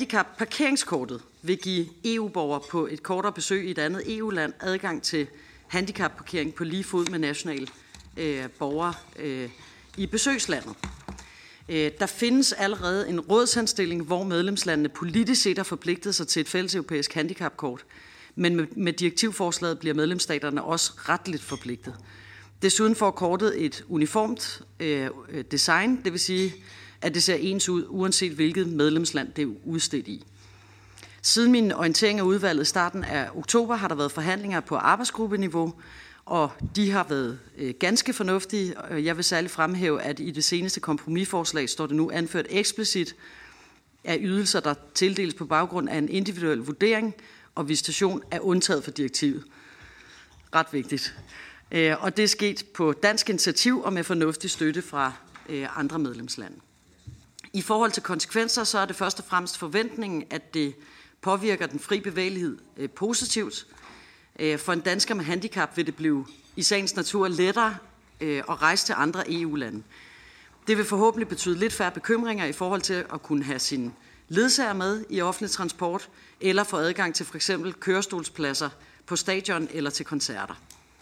Handicap-parkeringskortet vil give EU-borgere på et kortere besøg i et andet EU-land adgang til handicapparkering på lige fod med nationale borgere i besøgslandet. Der findes allerede en rådshenstilling, hvor medlemslandene politisk set har forpligtet sig til et fælles europæisk handicapkort, men med direktivforslaget bliver medlemsstaterne også retligt forpligtet. Desuden får kortet et uniformt design, det vil sige, at det ser ens ud, uanset hvilket medlemsland det er udstedt i. Siden min orientering af udvalget i starten af oktober har der været forhandlinger på arbejdsgruppeniveau, og de har været ganske fornuftige. Jeg vil særligt fremhæve, at i det seneste kompromisforslag står det nu anført eksplicit, at ydelser, der tildeles på baggrund af en individuel vurdering og visitation, er undtaget fra direktivet. Ret vigtigt. Og det er sket på dansk initiativ og med fornuftig støtte fra andre medlemslande. I forhold til konsekvenser, så er det først og fremmest forventningen, at det påvirker den fri bevægelighed positivt. For en dansker med handicap vil det blive i sagens natur lettere at rejse til andre EU-lande. Det vil forhåbentlig betyde lidt færre bekymringer i forhold til at kunne have sine ledsager med i offentlig transport, eller få adgang til f.eks. kørestolspladser på stadion eller til koncerter.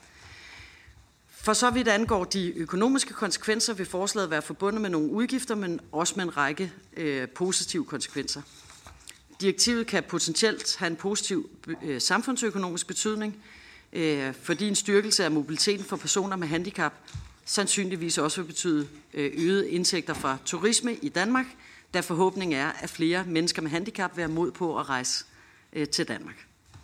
For så vidt angår de økonomiske konsekvenser, vil forslaget være forbundet med nogle udgifter, men også med en række positive konsekvenser. Direktivet kan potentielt have en positiv samfundsøkonomisk betydning, fordi en styrkelse af mobiliteten for personer med handicap sandsynligvis også vil betyde øgede indtægter fra turisme i Danmark, da forhåbningen er, at flere mennesker med handicap vil have mod på at rejse til Danmark.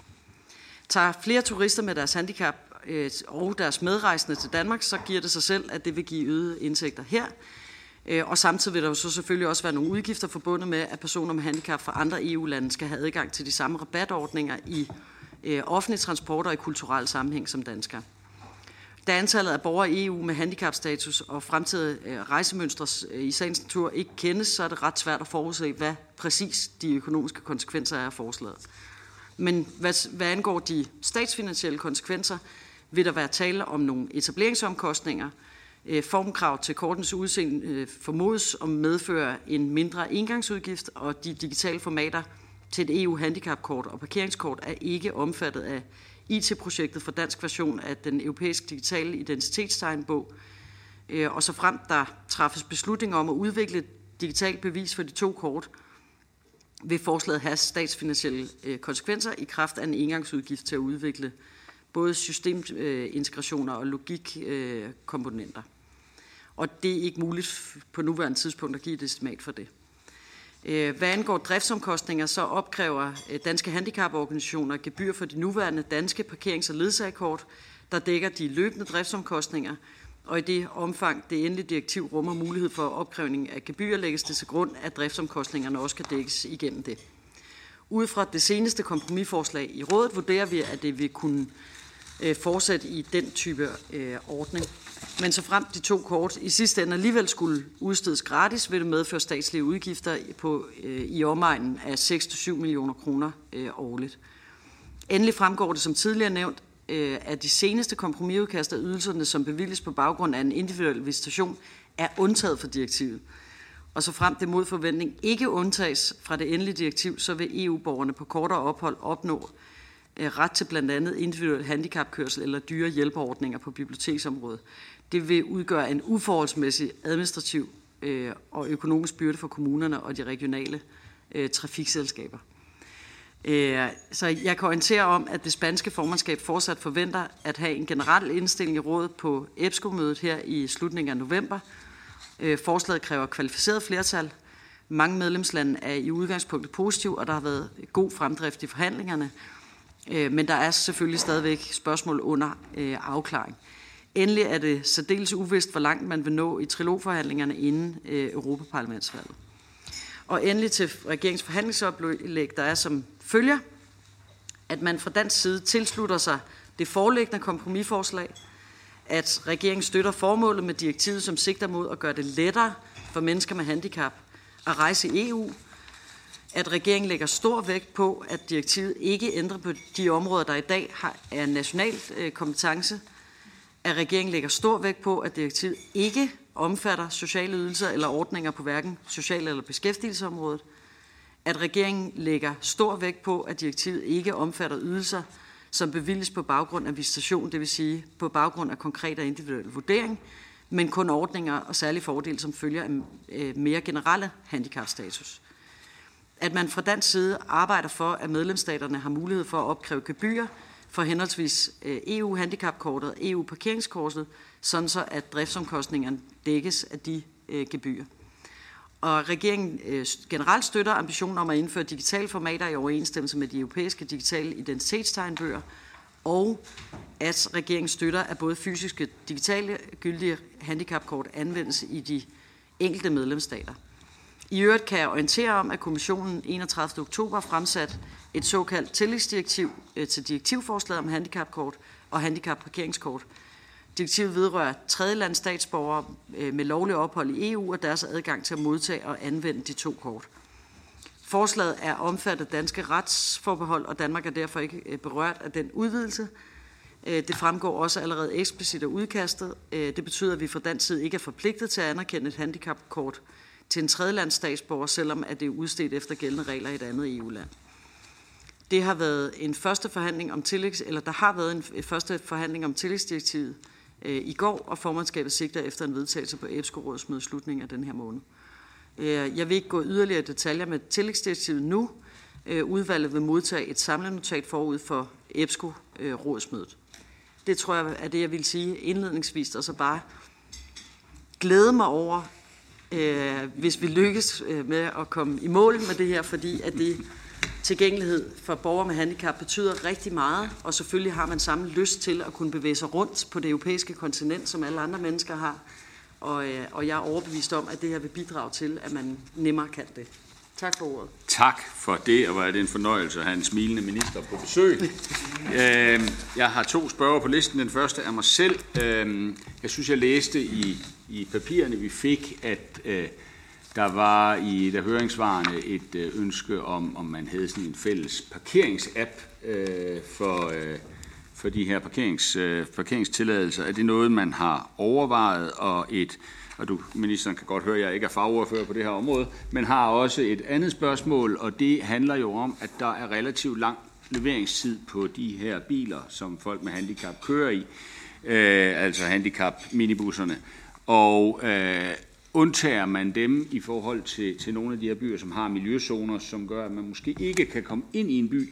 Tager flere turister med deres handicap og deres medrejsende til Danmark, så giver det sig selv, at det vil give øgede indtægter her. Og samtidig vil der jo så selvfølgelig også være nogle udgifter forbundet med, at personer med handicap fra andre EU-lande skal have adgang til de samme rabatordninger i offentlig transport og i kulturel sammenhæng som danskere. Da antallet af borgere i EU med handicapstatus og fremtidige rejsemønstre i sagens natur ikke kendes, så er det ret svært at forudse, hvad præcis de økonomiske konsekvenser er af forslaget. Men hvad angår de statsfinansielle konsekvenser, vil der være tale om nogle etableringsomkostninger. Formkrav til kortens udseende formodes at medføre en mindre engangsudgift, og de digitale formater til et EU-handicapkort og parkeringskort er ikke omfattet af IT-projektet for dansk version af den europæiske digitale identitetstegnbog. Og så frem der træffes beslutning om at udvikle et digitalt bevis for de to kort, vil forslaget have statsfinansielle konsekvenser i kraft af en engangsudgift til at udvikle både systemintegrationer og logikkomponenter. Og det er ikke muligt på nuværende tidspunkt at give et estimat for det. Hvad angår driftsomkostninger, så opkræver danske handicaporganisationer gebyr for de nuværende danske parkerings- og ledsagerkort, der dækker de løbende driftsomkostninger, og i det omfang det endelige direktiv rummer mulighed for opkrævning af gebyr, lægges det til grund, at driftsomkostningerne også kan dækkes igennem det. Ud fra det seneste kompromisforslag i rådet vurderer vi, at det vil kunne fortsætte i den type ordning. Men så frem de to kort i sidste ende alligevel skulle udstedes gratis, vil det medføre statslige udgifter i omegnen af 6-7 millioner kroner årligt. Endelig fremgår det som tidligere nævnt, at de seneste kompromisudkast af ydelserne, som bevilges på baggrund af en individuel visitation, er undtaget fra direktivet. Og så frem det mod forventning ikke undtages fra det endelige direktiv, så vil EU-borgerne på kortere ophold opnå ret til blandt andet individuel handicapkørsel eller dyre hjælpeordninger på biblioteksområdet. Det vil udgøre en uforholdsmæssig administrativ og økonomisk byrde for kommunerne og de regionale trafikselskaber. Så jeg kan orientere om, at det spanske formandskab fortsat forventer at have en generel indstilling i rådet på EBSCO-mødet her i slutningen af november. Forslaget kræver kvalificeret flertal. Mange medlemslande er i udgangspunktet positive, og der har været god fremdrift i forhandlingerne. Men der er selvfølgelig stadigvæk spørgsmål under afklaring. Endelig er det særdeles uvist, hvor langt man vil nå i trilogforhandlingerne inden Europaparlamentsvalget. Og endelig til regeringsforhandlingsoplæg, der er som følger, at man fra dansk side tilslutter sig det foreliggende kompromisforslag, at regeringen støtter formålet med direktivet, som sigter mod at gøre det lettere for mennesker med handicap at rejse i EU, at regeringen lægger stor vægt på, at direktivet ikke ændrer på de områder, der i dag er national kompetence, at regeringen lægger stor vægt på, at direktivet ikke omfatter sociale ydelser eller ordninger på hverken social- eller beskæftigelsesområdet, at regeringen lægger stor vægt på, at direktivet ikke omfatter ydelser, som bevilges på baggrund af visitation, det vil sige på baggrund af konkret og individuel vurdering, men kun ordninger og særlige fordele, som følger af mere generelle handicapstatus. At man fra dansk side arbejder for, at medlemsstaterne har mulighed for at opkræve gebyrer for henholdsvis EU-handicapkortet og EU-parkeringskortet, sådan så at driftsomkostningerne dækkes af de gebyrer. Og regeringen generelt støtter ambitionen om at indføre digitale formater i overensstemmelse med de europæiske digitale identitetstegnbøger, og at regeringen støtter, at både fysiske digitale gyldige handicapkort anvendes i de enkelte medlemsstater. I øvrigt kan jeg orientere om, at Kommissionen 31. oktober fremsat et såkaldt tillægsdirektiv til direktivforslaget om handicapkort og handicapparkeringskort. Direktivet vedrører tredjelands statsborgere med lovlig ophold i EU og deres adgang til at modtage og anvende de to kort. Forslaget er omfattet af danske retsforbehold, og Danmark er derfor ikke berørt af den udvidelse. Det fremgår også allerede eksplicit af udkastet. Det betyder, at vi fra dansk side ikke er forpligtet til at anerkende et handicapkort til en tredjelands statsborger, selvom at det er udstedt efter gældende regler i et andet EU-land. Der har været en første forhandling om tillægsdirektivet i går, og formandskabet sigter efter en vedtagelse på EBSCO-rådsmødet i slutningen af den her måned. Jeg vil ikke gå yderligere i detaljer med tillægsdirektivet nu. Udvalget vil modtage et samlet notat forud for EBSCO-rådsmødet. Det tror jeg er det, jeg vil sige indledningsvis, og så bare glæde mig over, hvis vi lykkes med at komme i mål med det her, fordi at det tilgængelighed for borgere med handicap betyder rigtig meget, og selvfølgelig har man samme lyst til at kunne bevæge sig rundt på det europæiske kontinent, som alle andre mennesker har. Og jeg er overbevist om, at det her vil bidrage til, at man nemmere kan det. Tak for ordet. Tak for det, og hvor er det en fornøjelse at have en smilende minister på besøg. Jeg har 2 spørger på listen. Den første er mig selv. Jeg synes, jeg læste i papirerne, vi fik, at der var i der høringssvarene et ønske om man havde sådan en fælles parkeringsapp for de her parkeringstilladelser. Er det noget, man har overvejet, og ministeren kan godt høre, at jeg ikke er fagordfører på det her område, men har også et andet spørgsmål, og det handler jo om, at der er relativt lang leveringstid på de her biler, som folk med handicap kører i, altså handicap-minibusserne, og undtager man dem i forhold til nogle af de her byer, som har miljøzoner, som gør, at man måske ikke kan komme ind i en by,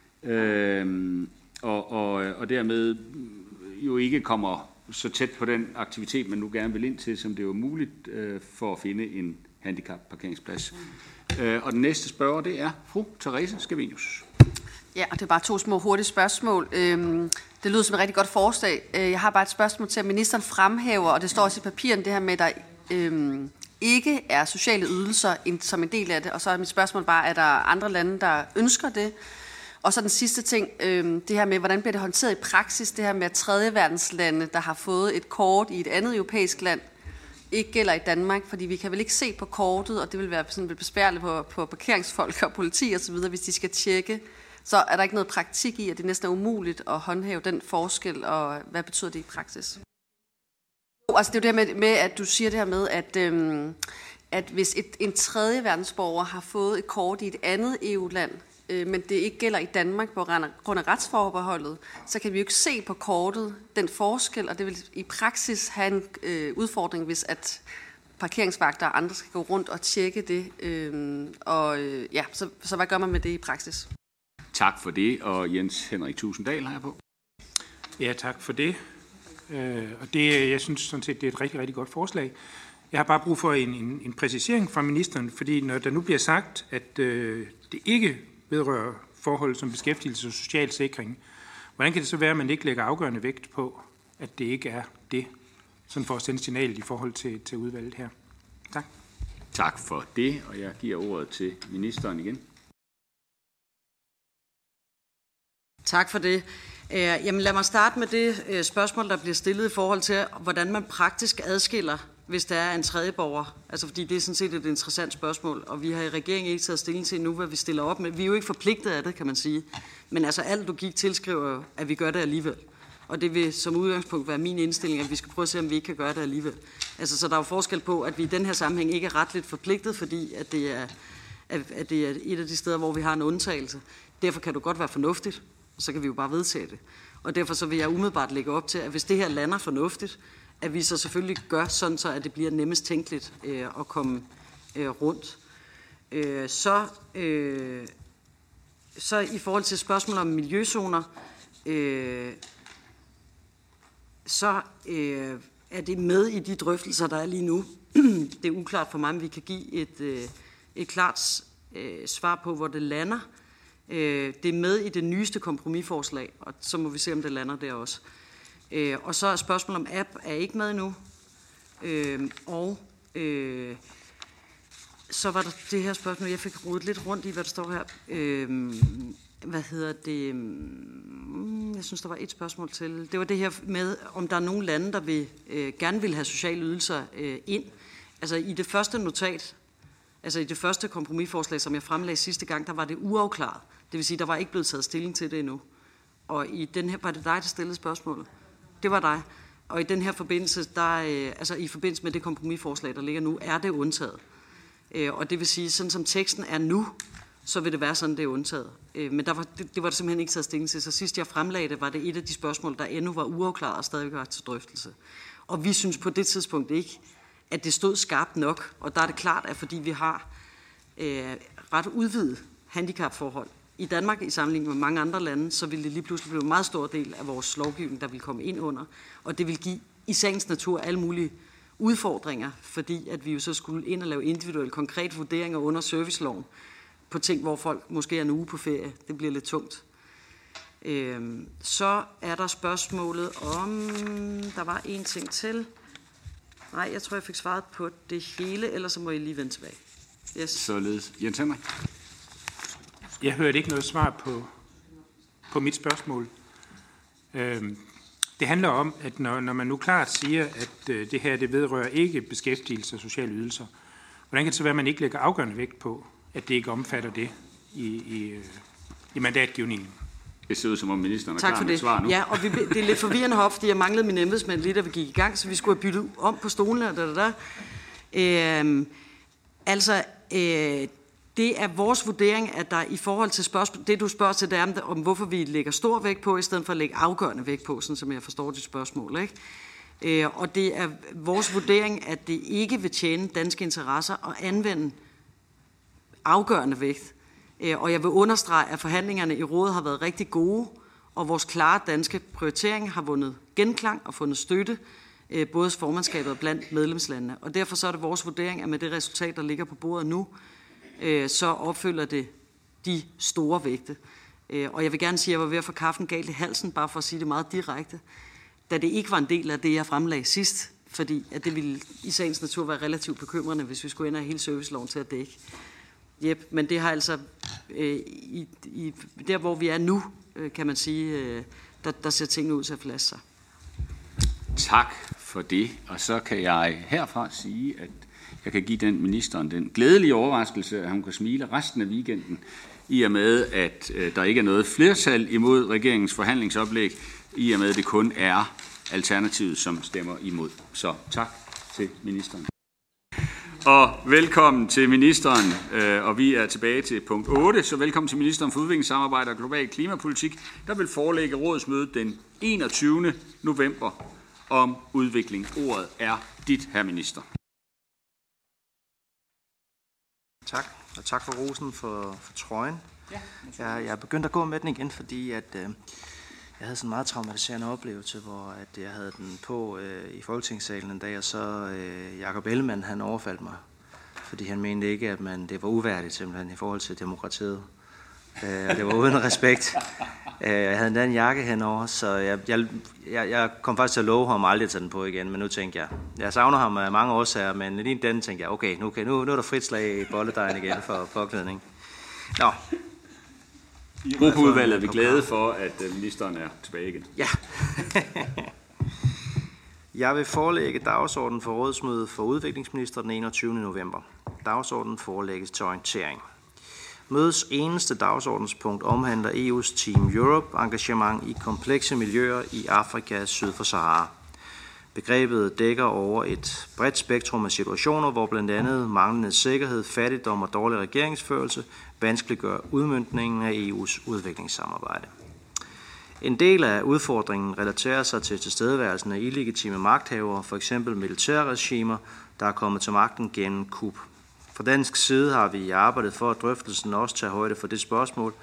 og dermed jo ikke kommer så tæt på den aktivitet, man nu gerne vil ind til, som det er muligt for at finde en handicapparkeringsplads. Og den næste spørger, det er fru Therese Scavenius. Ja, og det er bare 2 små hurtige spørgsmål. Det lyder som et rigtig godt forslag. Jeg har bare et spørgsmål til, at ministeren fremhæver, og det står også i papirerne, det her med, at der ikke er sociale ydelser som en del af det. Og så er mit spørgsmål bare, er der andre lande, der ønsker det? Og så den sidste ting, det her med, hvordan bliver det håndteret i praksis, det her med, at tredjeverdenslande, der har fået et kort i et andet europæisk land, ikke gælder i Danmark, fordi vi kan vel ikke se på kortet, og det vil være sådan lidt besværligt på parkeringsfolk og politi osv., hvis de skal tjekke. Så er der ikke noget praktik i, at det næsten er umuligt at håndhæve den forskel, og hvad betyder det i praksis? Altså det er jo det her med, at du siger det her med, at hvis en tredjeverdensborger har fået et kort i et andet EU-land, men det ikke gælder i Danmark på grund af retsforbeholdet, så kan vi jo ikke se på kortet den forskel, og det vil i praksis have en udfordring, hvis at parkeringsvagter og andre skal gå rundt og tjekke det. Så hvad gør man med det i praksis? Tak for det, og Jens Henrik Tusinddal har jeg på. Ja, tak for det. Og det, jeg synes sådan set, det er et rigtig, rigtig godt forslag. Jeg har bare brug for en præcisering fra ministeren, fordi når der nu bliver sagt, at det ikke vedrører forhold som beskæftigelse og social sikring, hvordan kan det så være, at man ikke lægger afgørende vægt på, at det ikke er det, sådan for at sende signalet i forhold til udvalget her? Tak. Tak for det, og jeg giver ordet til ministeren igen. Tak for det. Jamen lad mig starte med det spørgsmål, der bliver stillet i forhold til, hvordan man praktisk adskiller, hvis der er en tredje borger. Altså fordi det er sådan set et interessant spørgsmål, og vi har i regeringen ikke taget stilling til nu, hvad vi stiller op med. Vi er jo ikke forpligtet af det, kan man sige. Men altså al logik tilskriver jo, at vi gør det alligevel. Og det vil som udgangspunkt være min indstilling, at vi skal prøve at se, om vi ikke kan gøre det alligevel. Altså så der er jo forskel på, at vi i den her sammenhæng ikke er retligt forpligtet, fordi at det er et af de steder, hvor vi har en undtagelse. Derfor kan det godt være fornuftigt, og så kan vi jo bare vedtage det. Og derfor så vil jeg umiddelbart lægge op til, at hvis det her lander fornuftigt, at vi så selvfølgelig gør sådan, så at det bliver nemmest tænkeligt at komme rundt. Så i forhold til spørgsmål om miljøzoner, er det med i de drøftelser, der er lige nu. Det er uklart for mig, om vi kan give et klart svar på, hvor det lander. Det er med i det nyeste kompromisforslag, og så må vi se, om det lander der også. Og så er spørgsmålet om app er ikke med endnu. Så var der det her spørgsmål, jeg fik rodet lidt rundt i, hvad der står her. Jeg synes, der var et spørgsmål til. Det var det her med, om der er nogle lande, der gerne vil have sociale ydelser ind. Altså i det første notat, altså i det første kompromisforslag, som jeg fremlagde sidste gang, der var det uafklaret. Det vil sige, der var ikke blevet taget stilling til det endnu. Og i den her, var det dig, der stillede spørgsmålet? Det var dig. Og i den her forbindelse, altså i forbindelse med det kompromisforslag, der ligger nu, er det undtaget. Og det vil sige, sådan som teksten er nu, så vil det være sådan, det er undtaget. Men det var der simpelthen ikke taget stilling til. Så sidst jeg fremlagde det, var det et af de spørgsmål, der endnu var uafklaret og stadig var til drøftelse. Og vi synes på det tidspunkt ikke, at det stod skarpt nok. Og der er det klart, at fordi vi har ret udvidet handicapforhold i Danmark i sammenligning med mange andre lande, så vil det lige pludselig blive en meget stor del af vores lovgivning, der vil komme ind under. Og det vil give i sagens natur alle mulige udfordringer, fordi at vi jo så skulle ind og lave individuelle konkrete vurderinger under serviceloven på ting, hvor folk måske er en uge på ferie. Det bliver lidt tungt. Så er der spørgsmålet om... Der var en ting til. Nej, jeg tror, jeg fik svaret på det hele, ellers så må I lige vende tilbage. Yes. Således. Jens Henrik? Jeg hørte ikke noget svar på mit spørgsmål. Det handler om, at når man nu klart siger, at det her det vedrører ikke beskæftigelse og sociale ydelser, hvordan kan det så være, at man ikke lægger afgørende vægt på, at det ikke omfatter det i mandatgivningen? Det ser ud som om ministeren er tak klar med et svar nu. Ja, og det er lidt forvirrende heroppe, fordi jeg manglede min embedsmænd lidt, da vi gik i gang, så vi skulle have byttet om på stolene. Det er vores vurdering, at der i forhold til spørgsmål, det du spørger til, det er om hvorfor vi lægger stor vægt på, i stedet for at lægge afgørende vægt på, sådan som jeg forstår dit spørgsmål. Ikke? Og det er vores vurdering, at det ikke vil tjene danske interesser at anvende afgørende vægt. Og jeg vil understrege, at forhandlingerne i rådet har været rigtig gode, og vores klare danske prioritering har vundet genklang og fundet støtte, både hos formandskabet og blandt medlemslandene. Og derfor så er det vores vurdering, at med det resultat, der ligger på bordet nu, så opfylder det de store vægte. Og jeg vil gerne sige, at jeg var ved at få kaffen galt i halsen, bare for at sige det meget direkte, da det ikke var en del af det, jeg fremlagde sidst, fordi at det ville i sagens natur være relativt bekymrende, hvis vi skulle ændre hele serviceloven til at dække. Yep, men det har altså, der hvor vi er nu, kan man sige, der ser tingene ud til at flaske sig. Tak for det, og så kan jeg herfra sige, at jeg kan give den ministeren den glædelige overraskelse, at hun kan smile resten af weekenden, i og med, at der ikke er noget flertal imod regeringens forhandlingsoplæg, i og med, at det kun er Alternativet, som stemmer imod. Så tak til ministeren. Og velkommen til ministeren, og vi er tilbage til punkt 8, så velkommen til ministeren for udviklingssamarbejde og global klimapolitik, der vil forelægge rådsmødet den 21. november om udvikling. Ordet er dit, herr minister. Tak, og tak for rosen for trøjen. Ja. Jeg er begyndt at gå med den igen, fordi at, jeg havde sådan en meget traumatiserende oplevelse, hvor at jeg havde den på i Folketingssalen en dag, og så Jakob Ellemann, han overfaldt mig, fordi han mente ikke, at det var uværdigt simpelthen i forhold til demokratiet. Det var uden respekt. Jeg havde endda en jakke henover, så jeg kom faktisk til at love ham aldrig at tage den på igen, men nu tænkte jeg savner ham af mange årsager, men lige den tænkte jeg, okay, nu er der frit slag i bolledejen igen for påklædning. Nå. I Europaudvalget er vi glade for, at ministeren er tilbage igen. Ja. Jeg vil forelægge dagsordenen for rådsmødet for udviklingsminister den 21. november. Dagsordenen forelægges til orientering. Mødets eneste dagsordenspunkt omhandler EU's Team Europe engagement i komplekse miljøer i Afrika syd for Sahara. Begrebet dækker over et bredt spektrum af situationer, hvor blandt andet manglende sikkerhed, fattigdom og dårlig regeringsførelse vanskeliggør udmøntningen af EU's udviklingssamarbejde. En del af udfordringen relaterer sig til tilstedeværelsen af illegitime magthavere, f.eks. militærregimer, der er kommet til magten gennem kup. Fra dansk side har vi arbejdet for, at drøftelsen også tager højde for det spørgsmål.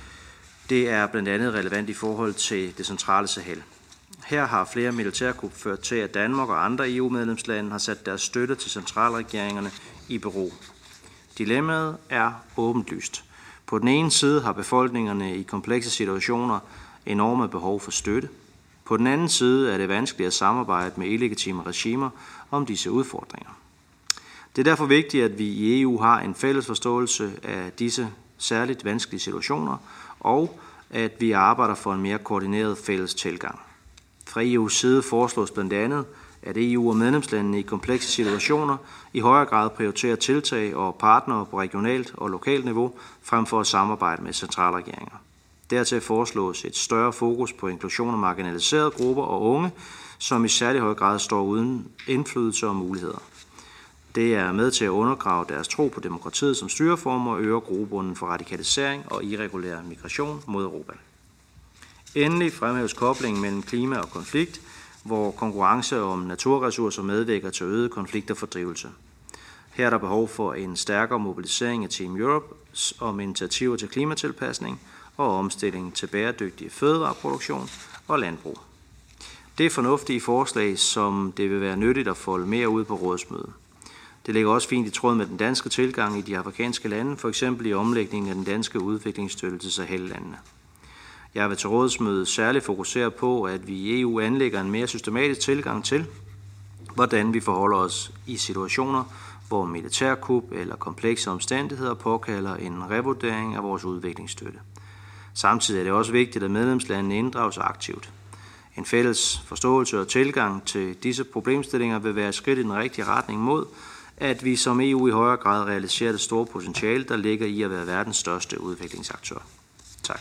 Det er blandt andet relevant i forhold til det centrale Sahel. Her har flere militærkup ført til, at Danmark og andre EU-medlemslande har sat deres støtte til centralregeringerne i bero. Dilemmaet er åbenlyst. På den ene side har befolkningerne i komplekse situationer enorme behov for støtte. På den anden side er det vanskeligt at samarbejde med illegitime regimer om disse udfordringer. Det er derfor vigtigt, at vi i EU har en fælles forståelse af disse særligt vanskelige situationer, og at vi arbejder for en mere koordineret fælles tilgang. Fra EU's side foreslås blandt andet, at EU og medlemslandene i komplekse situationer i højere grad prioriterer tiltag og partnere på regionalt og lokalt niveau, frem for at samarbejde med centralregeringer. Dertil foreslås et større fokus på inklusion af marginaliserede grupper og unge, som i særlig høj grad står uden indflydelse og muligheder. Det er med til at undergrave deres tro på demokratiet som styreform og øger grobunden for radikalisering og irregulær migration mod Europa. Endelig fremhæves koblingen mellem klima og konflikt, hvor konkurrence om naturressourcer medvirker til øget konflikt og fordrivelse. Her er der behov for en stærkere mobilisering af Team Europe om initiativer til klimatilpasning og omstilling til bæredygtig fødevareproduktion og landbrug. Det er fornuftige forslag, som det vil være nyttigt at folde mere ud på rådsmødet. Det ligger også fint i tråd med den danske tilgang i de afrikanske lande, f.eks. i omlægningen af den danske udviklingsstøtte til Sahel-landene. Jeg vil til rådsmødet særligt fokusere på, at vi i EU anlægger en mere systematisk tilgang til, hvordan vi forholder os i situationer, hvor militærkup eller komplekse omstændigheder påkalder en revurdering af vores udviklingsstøtte. Samtidig er det også vigtigt, at medlemslandene inddrages aktivt. En fælles forståelse og tilgang til disse problemstillinger vil være et skridt i den rigtige retning mod, at vi som EU i højere grad realiserer det store potentiale, der ligger i at være verdens største udviklingsaktør. Tak.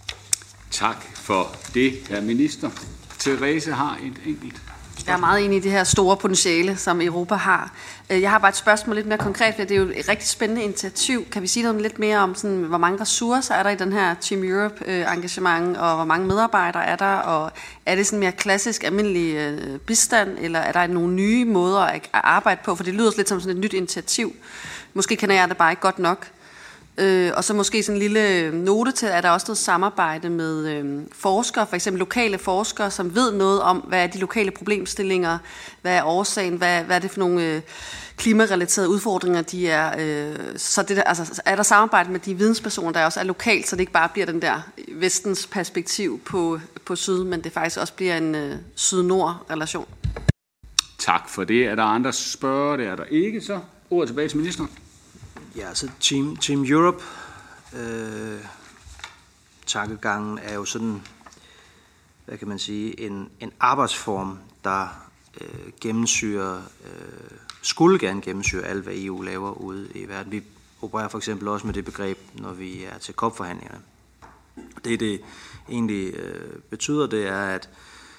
Tak for det, herr minister. Therese har et enkelt. Jeg er meget enig i det her store potentiale, som Europa har. Jeg har bare et spørgsmål lidt mere konkret, for det er jo et rigtig spændende initiativ. Kan vi sige noget lidt mere om, sådan, hvor mange ressourcer er der i den her Team Europe-engagement, og hvor mange medarbejdere er der, og er det sådan mere klassisk, almindelig bistand, eller er der nogle nye måder at arbejde på? For det lyder lidt som sådan et nyt initiativ. Måske kender jeg det bare ikke godt nok. Og så måske sådan en lille note til, at der også noget samarbejde med forskere, for eksempel lokale forskere, som ved noget om, hvad er de lokale problemstillinger, hvad er årsagen, hvad er det for nogle klimarelaterede udfordringer, de er. Så det der, altså, er der samarbejde med de videnspersoner, der også er lokalt, så det ikke bare bliver den der vestens perspektiv på syd, men det faktisk også bliver en syd-nord-relation. Tak for det. Er der andre spørger? Det er der ikke, så ordet tilbage til ministeren. Ja, så Team Europe tankegangen er jo sådan, hvad kan man sige, en arbejdsform, der skulle gerne gennemsyre alt, hvad EU laver ude i verden. Vi opererer for eksempel også med det begreb, når vi er til COP-forhandlingerne. Det egentlig betyder, det er, at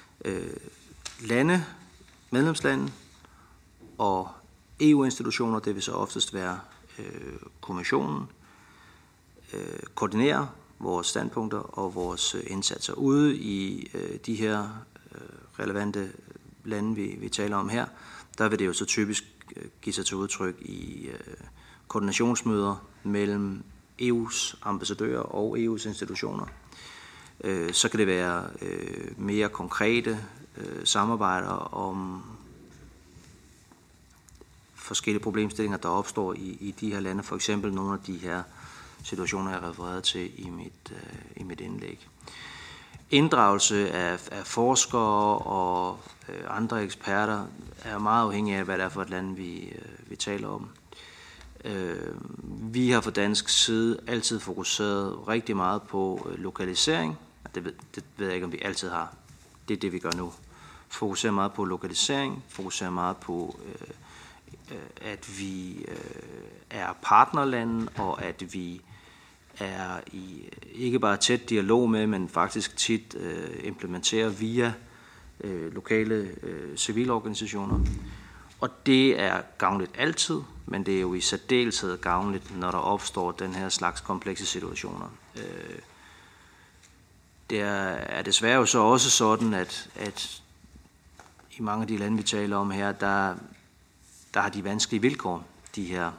medlemslande og EU-institutioner, det vil så oftest være kommissionen, koordinerer vores standpunkter og vores indsatser ude i de her relevante lande, vi taler om her. Der vil det jo så typisk give sig til udtryk i koordinationsmøder mellem EU's ambassadører og EU's institutioner. Så kan det være mere konkrete samarbejder om forskellige problemstillinger, der opstår i de her lande. For eksempel nogle af de her situationer, jeg refererede til i mit indlæg. Inddragelse af forskere og andre eksperter er meget afhængig af, hvad det er for et land, vi taler om. Vi har fra dansk side altid fokuseret rigtig meget på lokalisering. Det ved jeg ikke, om vi altid har. Det er det, vi gør nu. Fokuserer meget på lokalisering, fokuserer meget på at vi er partnerlande, og at vi er i ikke bare tæt dialog med, men faktisk tit implementerer via lokale civilorganisationer. Og det er gavnligt altid, men det er jo i særdeleshed gavnligt, når der opstår den her slags komplekse situationer. det er desværre jo så også sådan, at i mange af de lande, vi taler om her, der har de vanskelige vilkår, de her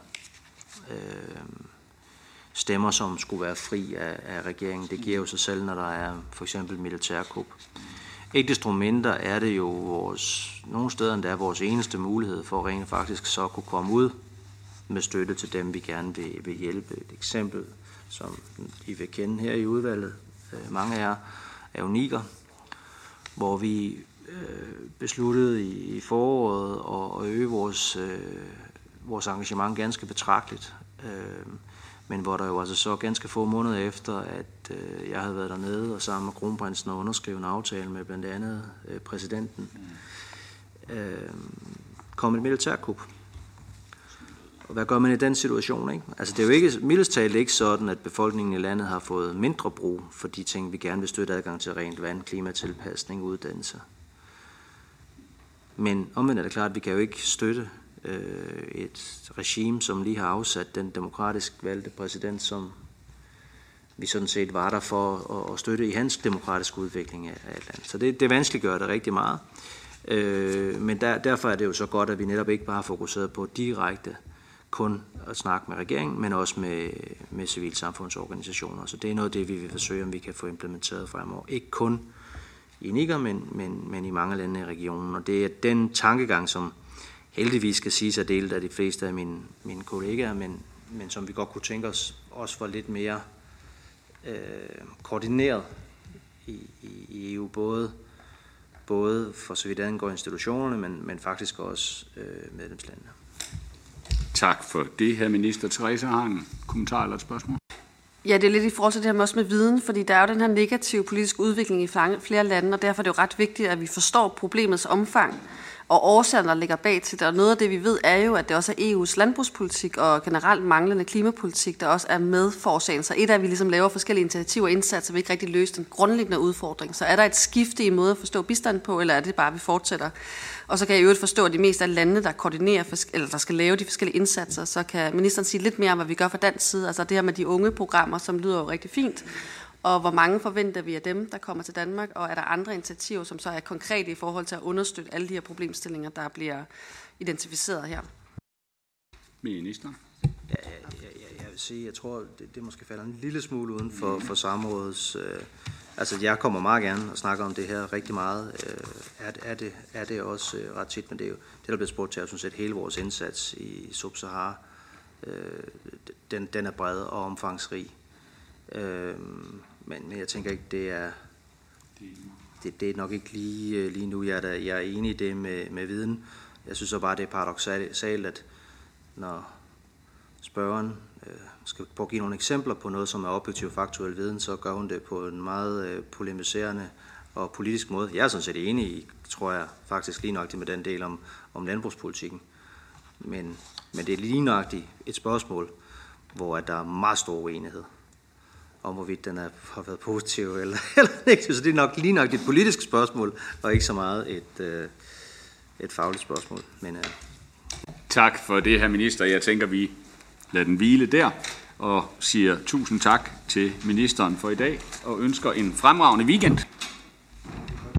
stemmer, som skulle være fri af regeringen. Det giver jo sig selv, når der er for eksempel militærkup. Ikke desto mindre er det jo nogle steder endda vores eneste mulighed for rent faktisk så kunne komme ud med støtte til dem, vi gerne vil hjælpe. Et eksempel, som I vil kende her i udvalget, mange af jer, er jo Niger, hvor vi besluttede i foråret at øge vores engagement ganske betragteligt. Men hvor der jo altså så ganske få måneder efter, at jeg havde været dernede og sammen med kronprinsen og underskrevet en aftale med blandt andet præsidenten, kom et militærkup. Og hvad gør man i den situation, ikke? Altså det er jo ikke, mildest talt ikke sådan, at befolkningen i landet har fået mindre brug for de ting, vi gerne vil støtte: adgang til rent vand, klimatilpasning, uddannelse. Men omvendt er det klart, at vi kan jo ikke støtte et regime, som lige har afsat den demokratisk valgte præsident, som vi sådan set var der for at støtte i hans demokratiske udvikling af et land. Så det vanskeliggør det rigtig meget. Men derfor er det jo så godt, at vi netop ikke bare har fokuseret på direkte kun at snakke med regeringen, men også med civilsamfundsorganisationer. Så det er noget af det, vi vil forsøge, om vi kan få implementeret fremover. Ikke kun i Niger, men i mange lande i regionen. Og det er den tankegang, som heldigvis skal siges er delt af de fleste af mine kollegaer, men som vi godt kunne tænke os også var lidt mere koordineret i EU, både for så vidt angår institutionerne, men faktisk også medlemslandene. Tak for det, hr. minister. Therese har en kommentar eller et spørgsmål. Ja, det er lidt i forhold til det her med også med viden, fordi der er jo den her negative politiske udvikling i flere lande, og derfor er det jo ret vigtigt, at vi forstår problemets omfang og årsagerne, der ligger bag til det. Og noget af det, vi ved, er jo, at det også er EU's landbrugspolitik og generelt manglende klimapolitik, der også er medforårsagen. Så et af, at vi ligesom laver forskellige initiativer og indsatser, vil ikke rigtig løse den grundlæggende udfordring. Så er der et skifte i måde at forstå bistand på, eller er det bare, at vi fortsætter? Og så kan jeg jo forstå, at de mest af landene, der koordinerer, eller der skal lave de forskellige indsatser, så kan ministeren sige lidt mere om, hvad vi gør fra dansk side. Altså det her med de unge programmer, som lyder jo rigtig fint. Og hvor mange forventer vi af dem, der kommer til Danmark? Og er der andre initiativer, som så er konkrete i forhold til at understøtte alle de her problemstillinger, der bliver identificeret her? Minister? Jeg vil sige, jeg tror, det måske falder en lille smule uden for samrådets. Altså, jeg kommer meget gerne og snakker om det her rigtig meget. Er det også ret tit, men det er jo det, der bliver spurgt til, at sådan set hele vores indsats i Sub-Sahara, den er bred og omfangsrig. Men jeg tænker ikke, det er nok ikke lige nu. Jeg er enig i det med viden. Jeg synes så bare, det er paradoksalt, at når spørgeren skal prøve at give nogle eksempler på noget, som er objektiv faktuel viden, så gør hun det på en meget polemiserende og politisk måde. Jeg er sådan set enig i, tror jeg, faktisk lige nøjagtigt med den del om landbrugspolitikken. Men det er lige nøjagtigt et spørgsmål, hvor der er meget stor uenighed om hvorvidt den har været positiv eller ikke. Så det er nok lige nok et politisk spørgsmål, og ikke så meget et fagligt spørgsmål. Men, Tak for det, hr. minister. Jeg tænker, vi lader den hvile der, og siger tusind tak til ministeren for i dag, og ønsker en fremragende weekend.